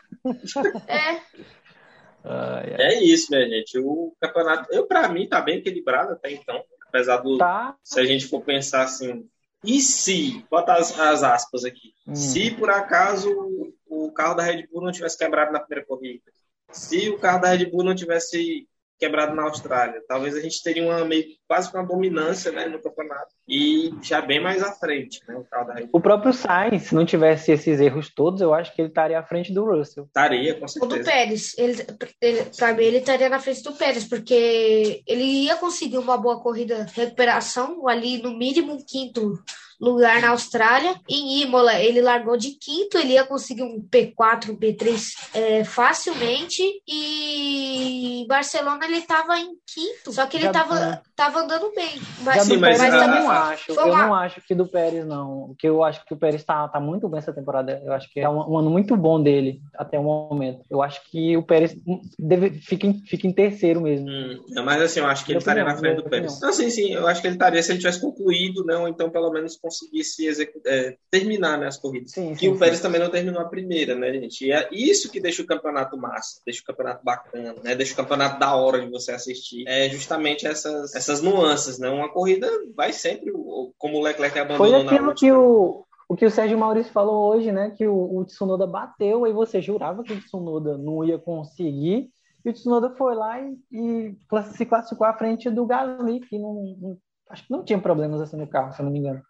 É isso, minha gente. O campeonato, pra mim, tá bem equilibrado até então. Apesar do. Se a gente for pensar assim. E se, bota as aspas aqui. Se por acaso o carro da Red Bull não tivesse quebrado na primeira corrida. Se o carro da Red Bull não tivesse quebrado na Austrália, talvez a gente teria quase uma dominância, né, no campeonato. E já bem mais à frente, né, o carro da Red Bull. O próprio Sainz, se não tivesse esses erros todos, eu acho que ele estaria à frente do Russell. Estaria, com certeza. O do Pérez. Pra mim, ele estaria na frente do Pérez, porque ele ia conseguir uma boa corrida de recuperação, ali no mínimo um quinto lugar na Austrália. Em Imola, ele largou de quinto, ele ia conseguir um P4, um P3 facilmente, Barcelona ele estava em quinto, só que ele estava andando bem. Mas eu não acho que do Pérez, não. Porque eu acho que o Pérez tá muito bem essa temporada. Eu acho que é um ano muito bom dele até o momento. Eu acho que o Pérez fica em terceiro mesmo. Mas assim, eu acho que ele estaria na frente do Pérez. Não, sim, eu acho que ele estaria se ele tivesse concluído, né? Ou então pelo menos conseguisse terminar, né, as corridas. Que o Pérez também não terminou a primeira, né, gente? E é isso que deixa o campeonato massa, deixa o campeonato bacana, né? Deixa o campeonato da hora de você assistir. É justamente essas nuances, né? Uma corrida vai sempre, como o Leclerc abandonou na última. Foi aquilo que o Sérgio Maurício falou hoje, né? Que o Tsunoda bateu e você jurava que o Tsunoda não ia conseguir. E o Tsunoda foi lá e se classificou à frente do Gasly, que acho que não tinha problemas assim no carro, se eu não me engano.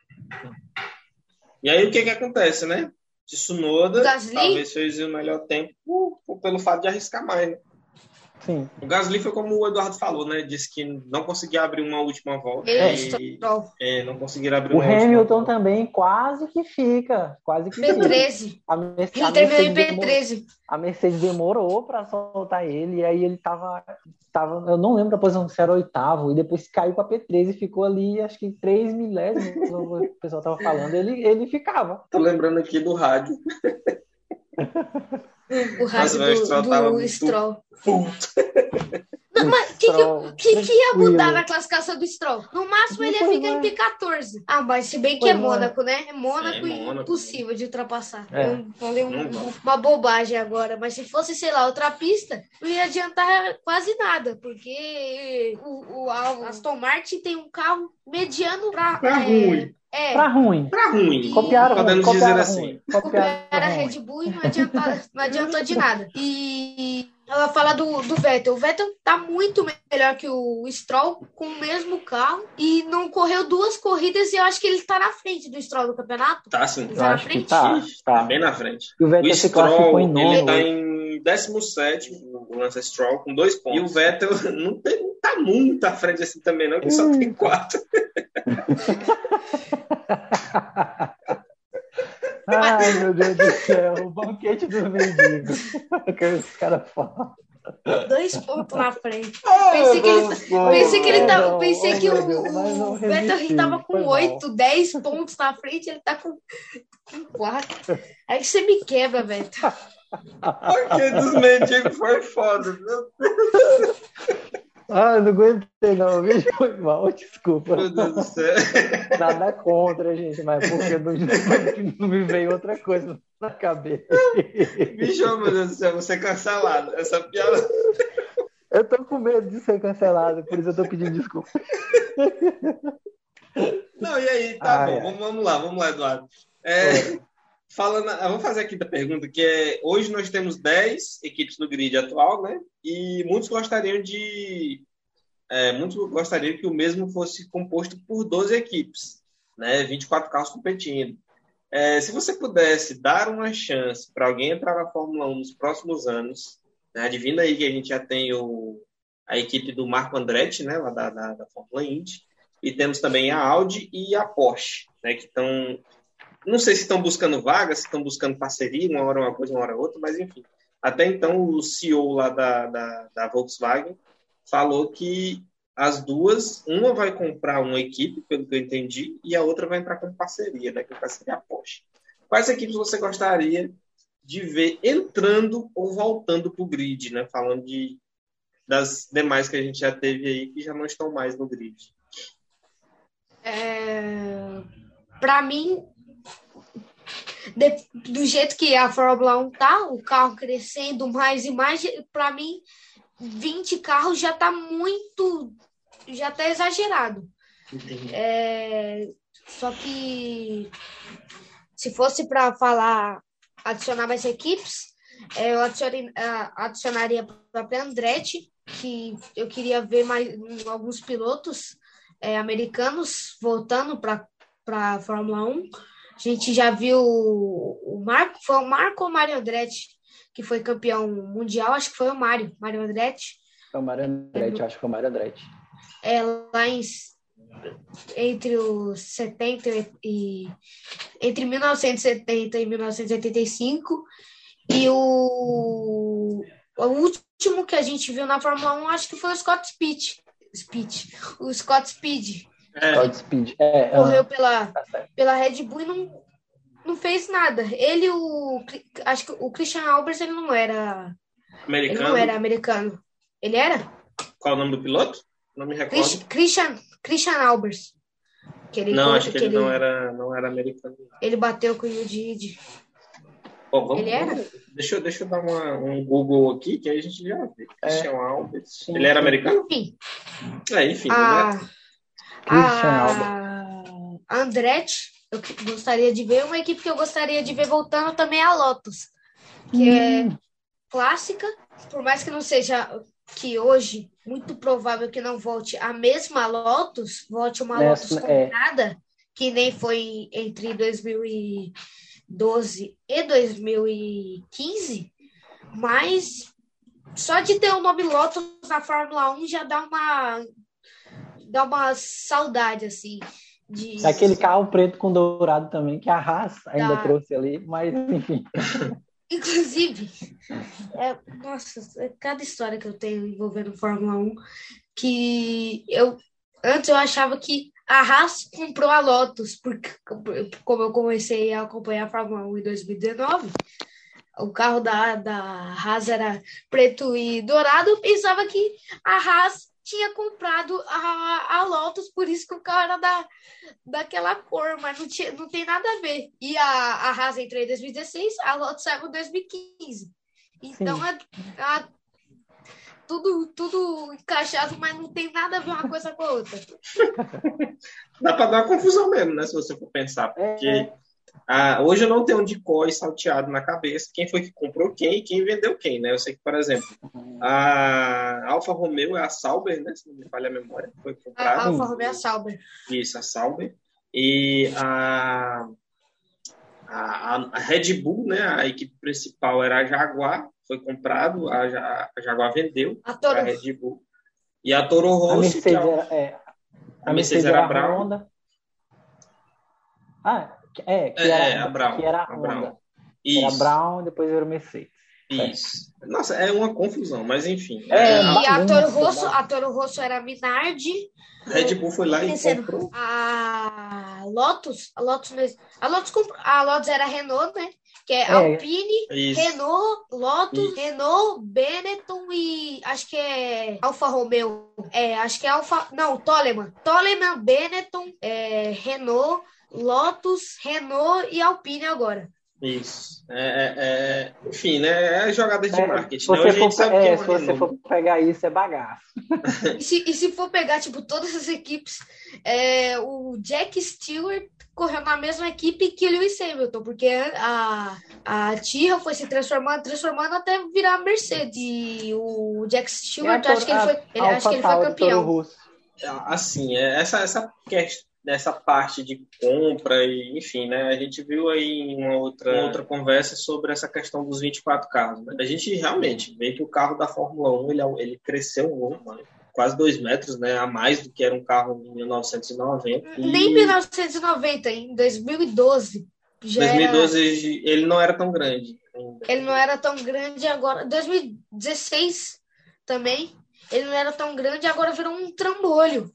E aí o que acontece, né? Tsunoda talvez fez o melhor tempo pelo fato de arriscar mais, né? Sim. O Gasly foi como o Eduardo falou, né? Disse que não conseguia abrir uma última volta. Não conseguiram abrir uma última volta. O Hamilton também quase que fica. P13. Ele terminou em P13. A Mercedes demorou para soltar ele. E aí ele tava. Eu não lembro a posição, se era oitavo. E depois caiu para P13 e ficou ali, acho que 3 milésimos. O pessoal tava falando. Ele ficava. Tô lembrando aqui do rádio. O rádio do Stroll. Não, mas o que ia mudar na classificação do Stroll? No máximo ele ia ficar em P14. Mas se bem que é Mônaco, né? É Mônaco e impossível de ultrapassar. Eu falei uma bobagem agora, mas se fosse, sei lá, outra pista, não ia adiantar quase nada, porque o Aston Martin tem um carro mediano pra ruim. Pra ruim. Podemos dizer assim. Copiaram a Red Bull e não adiantou de nada. E ela fala do Vettel. O Vettel tá muito melhor que o Stroll com o mesmo carro e não correu 2 corridas e eu acho que ele tá na frente do Stroll do campeonato. Tá sim. Eu acho que tá bem na frente. O Stroll, ele tá em 17º, o Lance Stroll, com 2 pontos. E o Vettel não tá muito à frente assim também não, que só tem 4. Ai, meu Deus do céu, o banquete dos mendigos. Que esse cara fala. 2 pontos na frente. Pensei que o Vettel tava com 8, 10 pontos na frente, ele tá com 4. Aí você me quebra, Vettel. Porque dos mendigos foi foda, meu Deus. Não aguentei não, viu? Foi mal, desculpa. Meu Deus do céu. Nada contra, gente, mas porque não me veio outra coisa na cabeça. Bicho, meu Deus do céu, você é cancelado. Essa piada... Eu tô com medo de ser cancelado, por isso eu tô pedindo desculpa. Não, e aí, tá bom, vamos lá, Eduardo. Vamos fazer aqui a pergunta, que é, hoje nós temos 10 equipes no grid atual, né? E muitos gostariam que o mesmo fosse composto por 12 equipes, né? 24 carros competindo. Se você pudesse dar uma chance para alguém entrar na Fórmula 1 nos próximos anos, né? Adivina aí que a gente já tem a equipe do Marco Andretti, né? Lá da Fórmula Indy, e temos também a Audi e a Porsche, né? Que estão... Não sei se estão buscando vagas, se estão buscando parceria, uma hora uma coisa, uma hora outra, mas enfim. Até então, o CEO lá da Volkswagen falou que as duas, uma vai comprar uma equipe, pelo que eu entendi, e a outra vai entrar como parceria, né? Que vai ser a Porsche. Quais equipes você gostaria de ver entrando ou voltando para o grid, né? Falando das demais que a gente já teve aí, que já não estão mais no grid. Para mim, do jeito que a Fórmula 1 tá, o carro crescendo mais e mais, para mim 20 carros já tá exagerado. Só que se fosse para falar adicionar mais equipes, eu adicionaria a própria Andretti, que eu queria ver mais alguns pilotos americanos voltando para a Fórmula 1. A gente já viu o Marco, foi o Marco ou o Mário Andretti, que foi campeão mundial, acho que foi o Mário Andretti. Foi o Mário Andretti, acho que foi o Mário Andretti. Lá entre os 70 e... Entre 1970 e 1985. E o último último que a gente viu na Fórmula 1, acho que foi o Scott Speed. O Scott Speed. Scott Speed. Correu pela Red Bull e não fez nada. Acho que o Christian Albers, ele não era americano. Ele não era americano. Ele era? Qual o nome do piloto? Não me recordo. Christian Albers. Acho que ele não era americano. Ele bateu com o Yuji. Ele era? Deixa eu dar um Google aqui, que aí a gente já vê. Christian Albers. Ele era americano? Enfim. Enfim. A Andretti, eu gostaria de ver. Uma equipe que eu gostaria de ver voltando também é a Lotus, que é clássica, por mais que não seja, que hoje, muito provável que não volte a mesma Lotus, volte uma Lotus comprada, que nem foi entre 2012 e 2015, mas só de ter o nome Lotus na Fórmula 1 já dá uma saudade, assim. Aquele carro preto com dourado também, que a Haas ainda trouxe ali, mas enfim. Inclusive, cada história que eu tenho envolvendo Fórmula 1, que antes eu achava que a Haas comprou a Lotus, porque como eu comecei a acompanhar a Fórmula 1 em 2019, o carro da Haas era preto e dourado, eu pensava que a Haas tinha comprado a Lotus, por isso que o carro era daquela cor, mas não tem nada a ver. E a Haas entrou em 2016, a Lotus saiu em 2015. Então, tudo encaixado, mas não tem nada a ver uma coisa com a outra. Dá para dar uma confusão mesmo, né? Se você for pensar, porque hoje eu não tenho de cor e salteado na cabeça quem foi que comprou quem e quem vendeu quem, né? Eu sei que, por exemplo, a Alfa Romeo é a Sauber, né? Se não me falha a memória, foi comprada. A Alfa Romeo é a Sauber. Isso, a Sauber. E a Red Bull, né? A equipe principal era a Jaguar, foi comprado, a Jaguar vendeu a Red Bull. E a Toro Rosso, a Mercedes era a Brown. Honda. Que era a Brown. Era a Honda. Era a Brown, depois era a Mercedes. Isso. Nossa, é uma confusão, mas enfim. E a Toro Rosso era a Minardi. A Red Bull foi lá e comprou. A Lotus era a Renault, né? Que é Alpine, isso. Renault, Lotus, Renault, Benetton e acho que é Alfa Romeo. Acho que é Toleman. Toleman, Benetton, Renault, Lotus, Renault e Alpine agora. Isso. Enfim, né? É jogada de marketing. Se você for pegar isso, é bagaço. E se for pegar, todas as equipes, o Jack Stewart correu na mesma equipe que o Lewis Hamilton, porque a Tyrrell foi se transformando até virar a Mercedes. E o Jack Stewart, acho que ele foi campeão. Assim, essa questão dessa parte de compra e, enfim, né? A gente viu aí em uma outra conversa sobre essa questão dos 24 carros, né? A gente realmente vê que o carro da Fórmula 1, ele cresceu quase 2 metros, né? A mais do que era um carro em 1990. Nem 1990, em 2012. 2012 ele não era tão grande. Ele não era tão grande agora. 2016 também. Ele não era tão grande, agora virou um trambolho.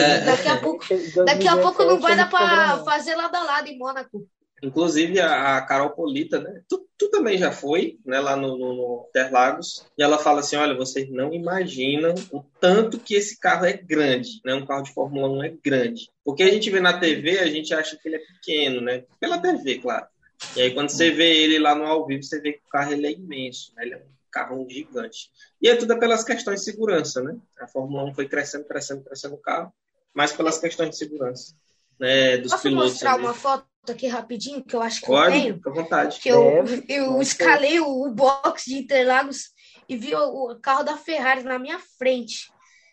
Daqui a pouco não vai dar para fazer lado a lado em Mônaco. Inclusive, a Carol Polita, né? Tu também já foi, né, lá no Interlagos, e ela fala assim, olha, vocês não imaginam o tanto que esse carro é grande, né? Um carro de Fórmula 1 é grande. Porque a gente vê na TV, a gente acha que ele é pequeno, né? Pela TV, claro. E aí, quando você vê ele lá no ao vivo, você vê que o carro ele é imenso, né? Ele é um carro gigante. E é tudo pelas questões de segurança, né? A Fórmula 1 foi crescendo o carro, mas pelas questões de segurança, né, dos Posso pilotos. Posso mostrar uma foto aqui rapidinho, que eu acho que Pode, eu tenho? fica à vontade. Que eu escalei o box de Interlagos e vi o carro da Ferrari na minha frente.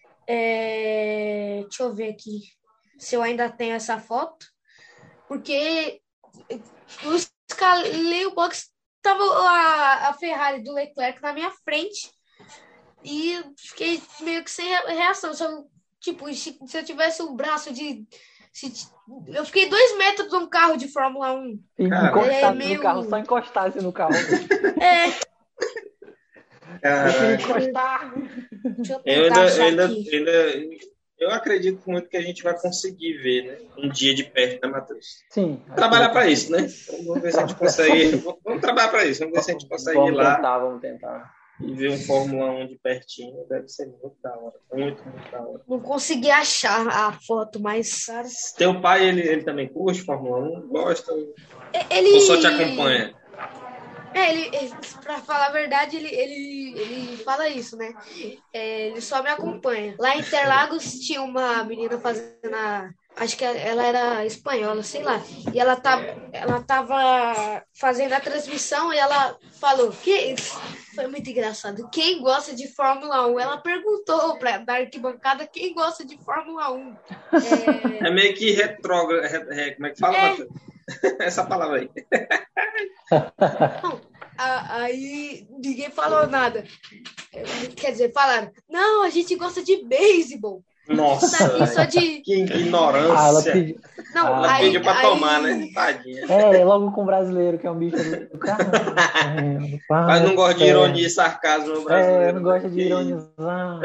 Deixa eu ver aqui se eu ainda tenho essa foto. Porque eu escalei o box, tava a Ferrari do Leclerc na minha frente e fiquei meio que sem reação. Se eu tivesse um braço eu fiquei 2 metros de um carro de Fórmula 1. Encostado no carro, só encostasse no carro. Eu acredito muito que a gente vai conseguir ver, né? Um dia de perto, né, Matheus? Sim. Trabalhar para isso, né? Vamos ver se a gente consegue. Vamos trabalhar para isso. Vamos ver se a gente consegue ir lá. Vamos tentar. E ver um Fórmula 1 de pertinho. Deve ser muito da hora. Muito da hora. Não consegui achar a foto, mas... Teu pai, ele também curte Fórmula 1? Gosta? Ele... Ou só te acompanha? Ele, pra falar a verdade, ele fala isso, né? Ele só me acompanha. Lá em Interlagos tinha uma menina fazendo acho que ela era espanhola, sei lá. E ela tava fazendo a transmissão e ela falou que foi muito engraçado. Quem gosta de Fórmula 1? Ela perguntou da arquibancada quem gosta de Fórmula 1. É meio que retrógrado. Como é que fala, Matheus? Essa palavra aí. Não, aí ninguém falou nada. Quer dizer, falaram, não, a gente gosta de beisebol. Nossa, só de... que ignorância. Ela pediu pra tomar, né? Tadinha. Logo com o brasileiro, que é um bicho do caramba. Mas não gosta de ironia e sarcasmo no brasileiro. Não gosta de ironizar.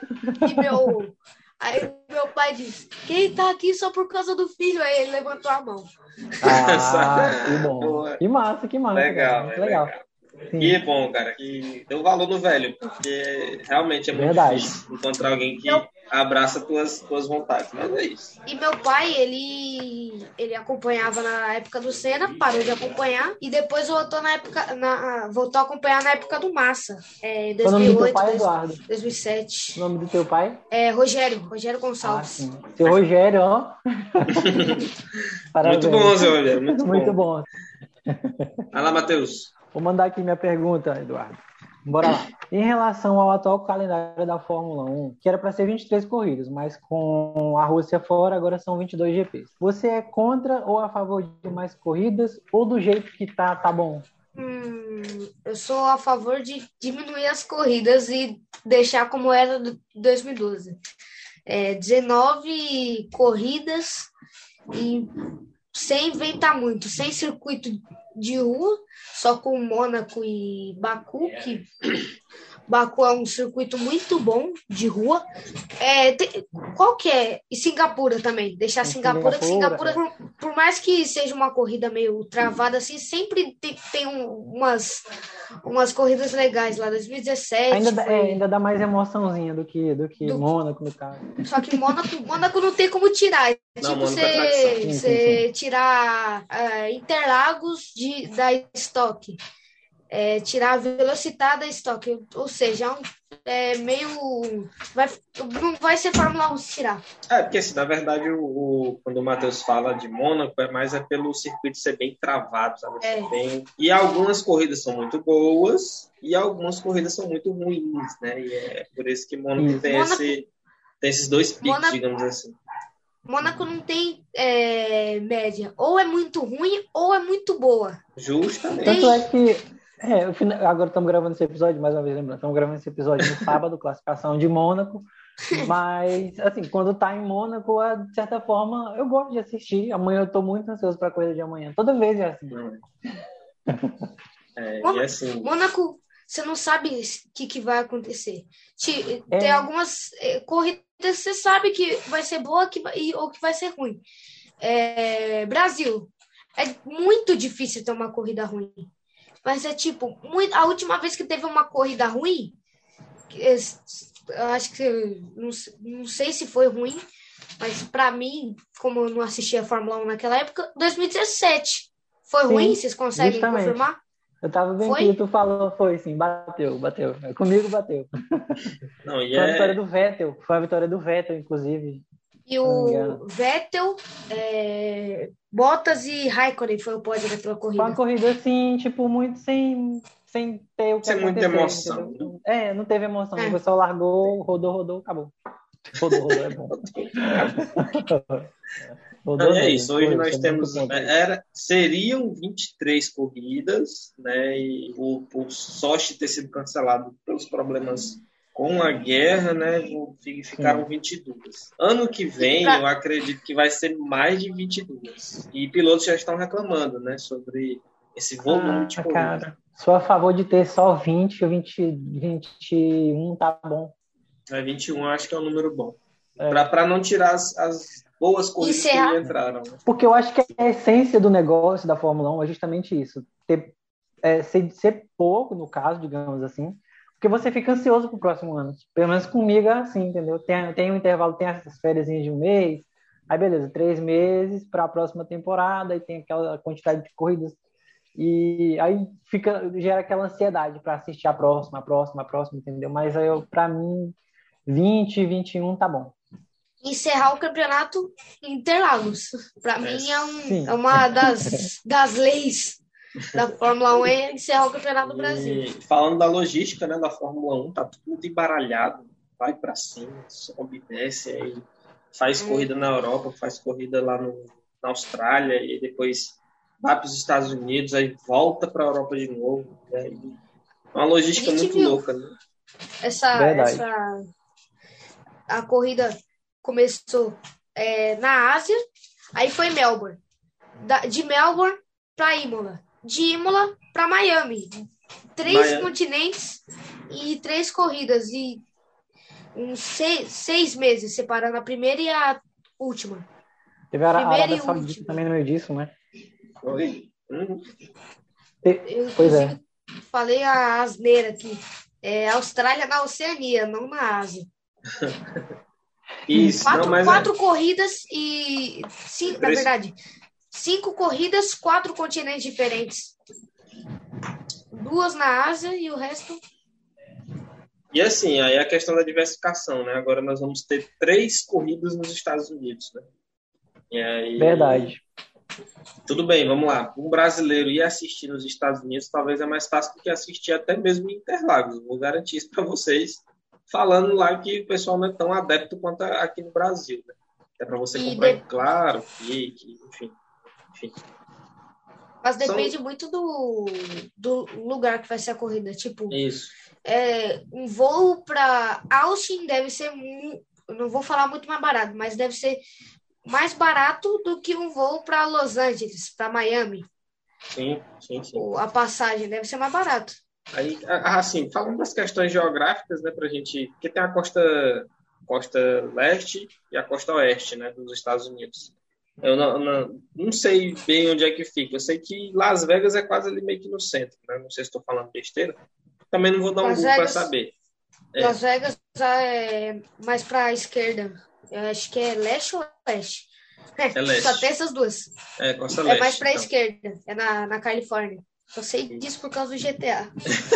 Aí meu pai disse, quem tá aqui só por causa do filho? Aí ele levantou a mão. Que bom. Boa. Que massa. Legal. Que bom, cara, que deu valor no velho, porque realmente é muito difícil encontrar alguém que abraça tuas vontades, mas é isso. E meu pai, ele acompanhava na época do Senna, parou de acompanhar, e depois voltou a acompanhar na época do Massa, 2008, o nome do teu pai, Eduardo? 2007. O nome do teu pai? Rogério Gonçalves. Sim. Seu Rogério, ó. Muito bom, seu Rogério, muito bom. Vai lá, Matheus. Vou mandar aqui minha pergunta, Eduardo. Bora lá. Em relação ao atual calendário da Fórmula 1, que era para ser 23 corridas, mas com a Rússia fora, agora são 22 GPs. Você é contra ou a favor de mais corridas, ou do jeito que tá bom? Eu sou a favor de diminuir as corridas e deixar como era de 2012. 19 corridas e sem inventar muito, sem circuito de rua, só com Mônaco e Baku, que Baku é um circuito muito bom de rua. Qual que é? E Singapura também. Deixar Singapura, por mais que seja uma corrida meio travada, assim, sempre tem umas corridas legais lá. 2017. Ainda dá mais emoçãozinha do que Mônaco, no caso. Só que Mônaco não tem como tirar. Você tirar Interlagos da estoque. Tirar a velocidade da estoque, ou seja, não vai ser Fórmula 1 se tirar. Porque assim, na verdade, quando o Matheus fala de Mônaco, pelo circuito ser bem travado, sabe? E algumas corridas são muito boas e algumas corridas são muito ruins, né? E é por isso que Mônaco tem esses dois picos, digamos assim. Mônaco não tem média. Ou é muito ruim ou é muito boa. Justamente. Tanto é que agora estamos gravando esse episódio, mais uma vez lembrando, estamos gravando esse episódio no sábado, classificação de Mônaco, mas, assim, quando tá em Mônaco, de certa forma, eu gosto de assistir. Amanhã eu estou muito ansioso para a corrida de amanhã. Toda vez é assim. E assim... Mônaco, você não sabe o que vai acontecer. Tem algumas corridas que você sabe que vai ser boa ou que vai ser ruim. Brasil, é muito difícil ter uma corrida ruim. Mas a última vez que teve uma corrida ruim, eu acho que, não sei se foi ruim, mas para mim, como eu não assistia a Fórmula 1 naquela época, 2017. Foi ruim? Vocês conseguem confirmar? Eu tava bem que tu falou, foi sim, bateu. Comigo bateu. Não, foi a vitória do Vettel, inclusive. E o Vettel, Bottas e Raikkonen foi o pódio daquela corrida. Foi uma corrida assim, muito sem ter o que acontecer. Sem muita emoção. Não teve emoção. O pessoal largou, rodou, acabou. Rodou, é bom. É isso, hoje nós temos... seriam 23 corridas, né? E o Sochi ter sido cancelado pelos problemas com a guerra, né, ficaram 22. Ano que vem, eu acredito que vai ser mais de 22. E pilotos já estão reclamando, né, sobre esse volume de corrida. Cara, sou a favor de ter só 20 ou 21, tá bom. 21 eu acho que é um número bom. Para não tirar as boas corridas que entraram. Né? Porque eu acho que a essência do negócio da Fórmula 1 é justamente isso. Ser pouco, no caso, digamos assim, porque você fica ansioso pro próximo ano. Pelo menos comigo é assim, entendeu? Tem um intervalo, tem essas férias de um mês, aí beleza, 3 meses para a próxima temporada, e tem aquela quantidade de corridas, e aí gera aquela ansiedade para assistir a próxima, entendeu? Mas aí, para mim, 20, 21 tá bom. Encerrar o campeonato em Interlagos. Para mim é uma das leis da Fórmula 1 é encerrar o campeonato do Brasil. Falando da logística, né, da Fórmula 1, tá tudo muito embaralhado. Vai para cima, sobe, desce, aí faz corrida na Europa, faz corrida lá na Austrália, e depois vai para os Estados Unidos, aí volta para a Europa de novo. Né? É uma logística muito louca. Né? A corrida começou na Ásia, aí foi Melbourne. De Melbourne para Imola. De Imola para Miami. 3 continentes e 3 corridas. E uns 6 meses separando a primeira e a última. Teve a Arábia Saudita também no meio disso, né? Oi? Pois é. Falei a asneira aqui. Austrália na Oceania, não na Ásia. Isso, 4 corridas e 5, na verdade, 5 corridas, 4 continentes diferentes. 2 na Ásia e o resto. E assim, aí a questão da diversificação, né? Agora nós vamos ter 3 corridas nos Estados Unidos, né? E aí... Verdade. Tudo bem, vamos lá. Um brasileiro ir assistir nos Estados Unidos talvez é mais fácil do que assistir até mesmo em Interlagos. Vou garantir isso para vocês. Falando lá que o pessoal não é tão adepto quanto aqui no Brasil. Né? É para você comprar, claro, enfim. Mas depende muito do lugar que vai ser a corrida. Tipo, isso. Um voo para Austin deve ser, não vou falar muito mais barato, mas deve ser mais barato do que um voo para Los Angeles, para Miami. Sim. A passagem deve ser mais barato. Aí, assim, falando das questões geográficas, né, pra gente... Porque tem a costa leste e a costa oeste, né, dos Estados Unidos. Eu não sei bem onde é que fica. Eu sei que Las Vegas é quase ali meio que no centro, né? Não sei se estou falando besteira. Também não vou dar um Google para saber. Las Vegas é mais para a esquerda. Eu acho que é leste ou oeste. É leste. Só tem essas duas. Costa leste. É mais para a esquerda. É na Califórnia. Só sei disso por causa do GTA.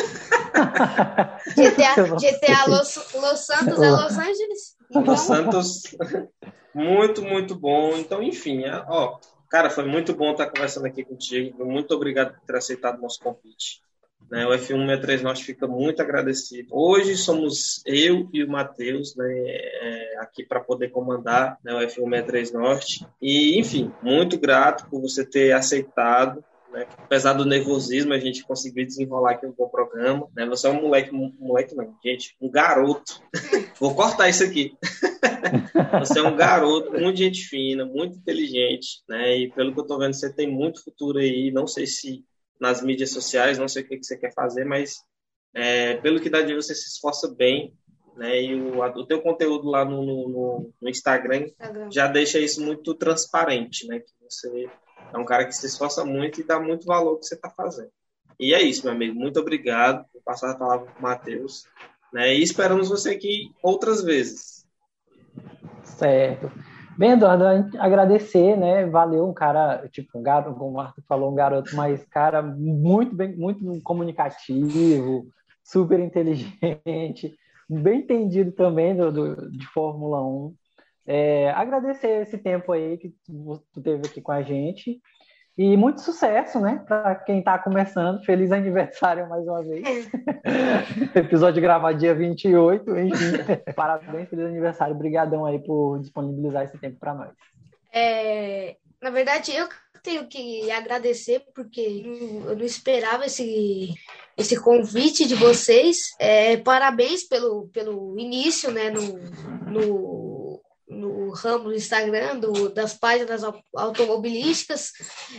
GTA Los Santos é Los Angeles. Então... Los Santos, muito, muito bom. Então, enfim, cara, foi muito bom estar conversando aqui contigo. Muito obrigado por ter aceitado o nosso convite. Né, o F1 63 Norte fica muito agradecido. Hoje somos eu e o Matheus, né, aqui para poder comandar, né, o F1 63 Norte. E, enfim, muito grato por você ter aceitado. Né? Apesar do nervosismo, a gente conseguiu desenrolar aqui um bom programa. Né? Você é um moleque não, gente, um garoto. Vou cortar isso aqui. Você é um garoto, muito gente fina, muito inteligente, né? E pelo que eu estou vendo, você tem muito futuro aí. Não sei se nas mídias sociais, não sei o que você quer fazer, mas pelo que dá de você se esforça bem. Né? E o teu conteúdo lá no Instagram já deixa isso muito transparente, né? Que você é um cara que se esforça muito e dá muito valor ao que você está fazendo. E é isso, meu amigo. Muito obrigado por passar a palavra para o Matheus. Né? E esperamos você aqui outras vezes. Certo. Bem, Eduardo, agradecer, né? Valeu, um cara, tipo, um garoto, como o Marco falou, um garoto, mas, cara, muito comunicativo, super inteligente, bem entendido também de Fórmula 1. Agradecer esse tempo aí que tu teve aqui com a gente e muito sucesso, né, para quem está começando. Feliz aniversário mais uma vez. Episódio gravado dia 28, enfim. Parabéns, feliz aniversário. Obrigadão aí por disponibilizar esse tempo para nós. Na verdade, eu tenho que agradecer porque eu não esperava esse convite de vocês. Parabéns pelo início, né, no ramo do Instagram, das páginas automobilísticas.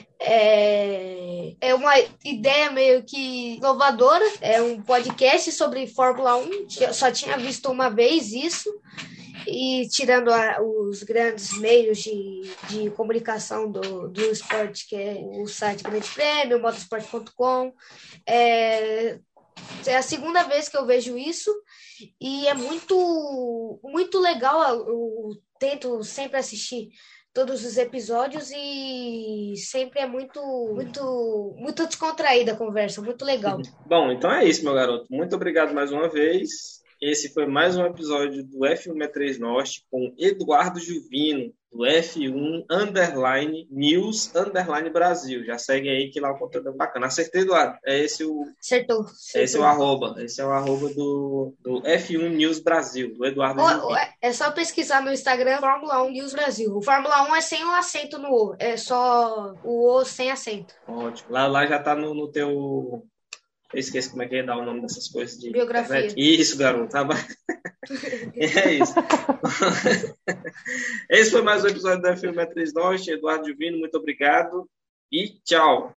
É uma ideia meio que inovadora, é um podcast sobre Fórmula 1, eu só tinha visto uma vez isso, e tirando os grandes meios de comunicação do esporte, que é o site Grande Prêmio, motorsport.com, é a segunda vez que eu vejo isso, e é muito, muito legal. Eu tento sempre assistir todos os episódios e sempre é muito, muito, muito descontraída a conversa, muito legal. Bom, então é isso, meu garoto. Muito obrigado mais uma vez. Esse foi mais um episódio do F163 Norte com Eduardo Juvino, do F1 News Brasil. Já segue aí que lá o conteúdo é bacana. Acertei, Eduardo? É esse o... Acertou. Esse é o arroba. Esse é o arroba do F1 News Brasil, do Eduardo Juvino. É só pesquisar no Instagram Fórmula 1 News Brasil. O Fórmula 1 é sem o acento no O. É só o O sem acento. Ótimo. Lá já tá no teu... Eu esqueço como é que é dar o nome dessas coisas de biografia. Internet. Isso, garoto. Tá bom. É isso. Esse foi mais um episódio da F163 Norte. Eduardo Juvino, muito obrigado e tchau.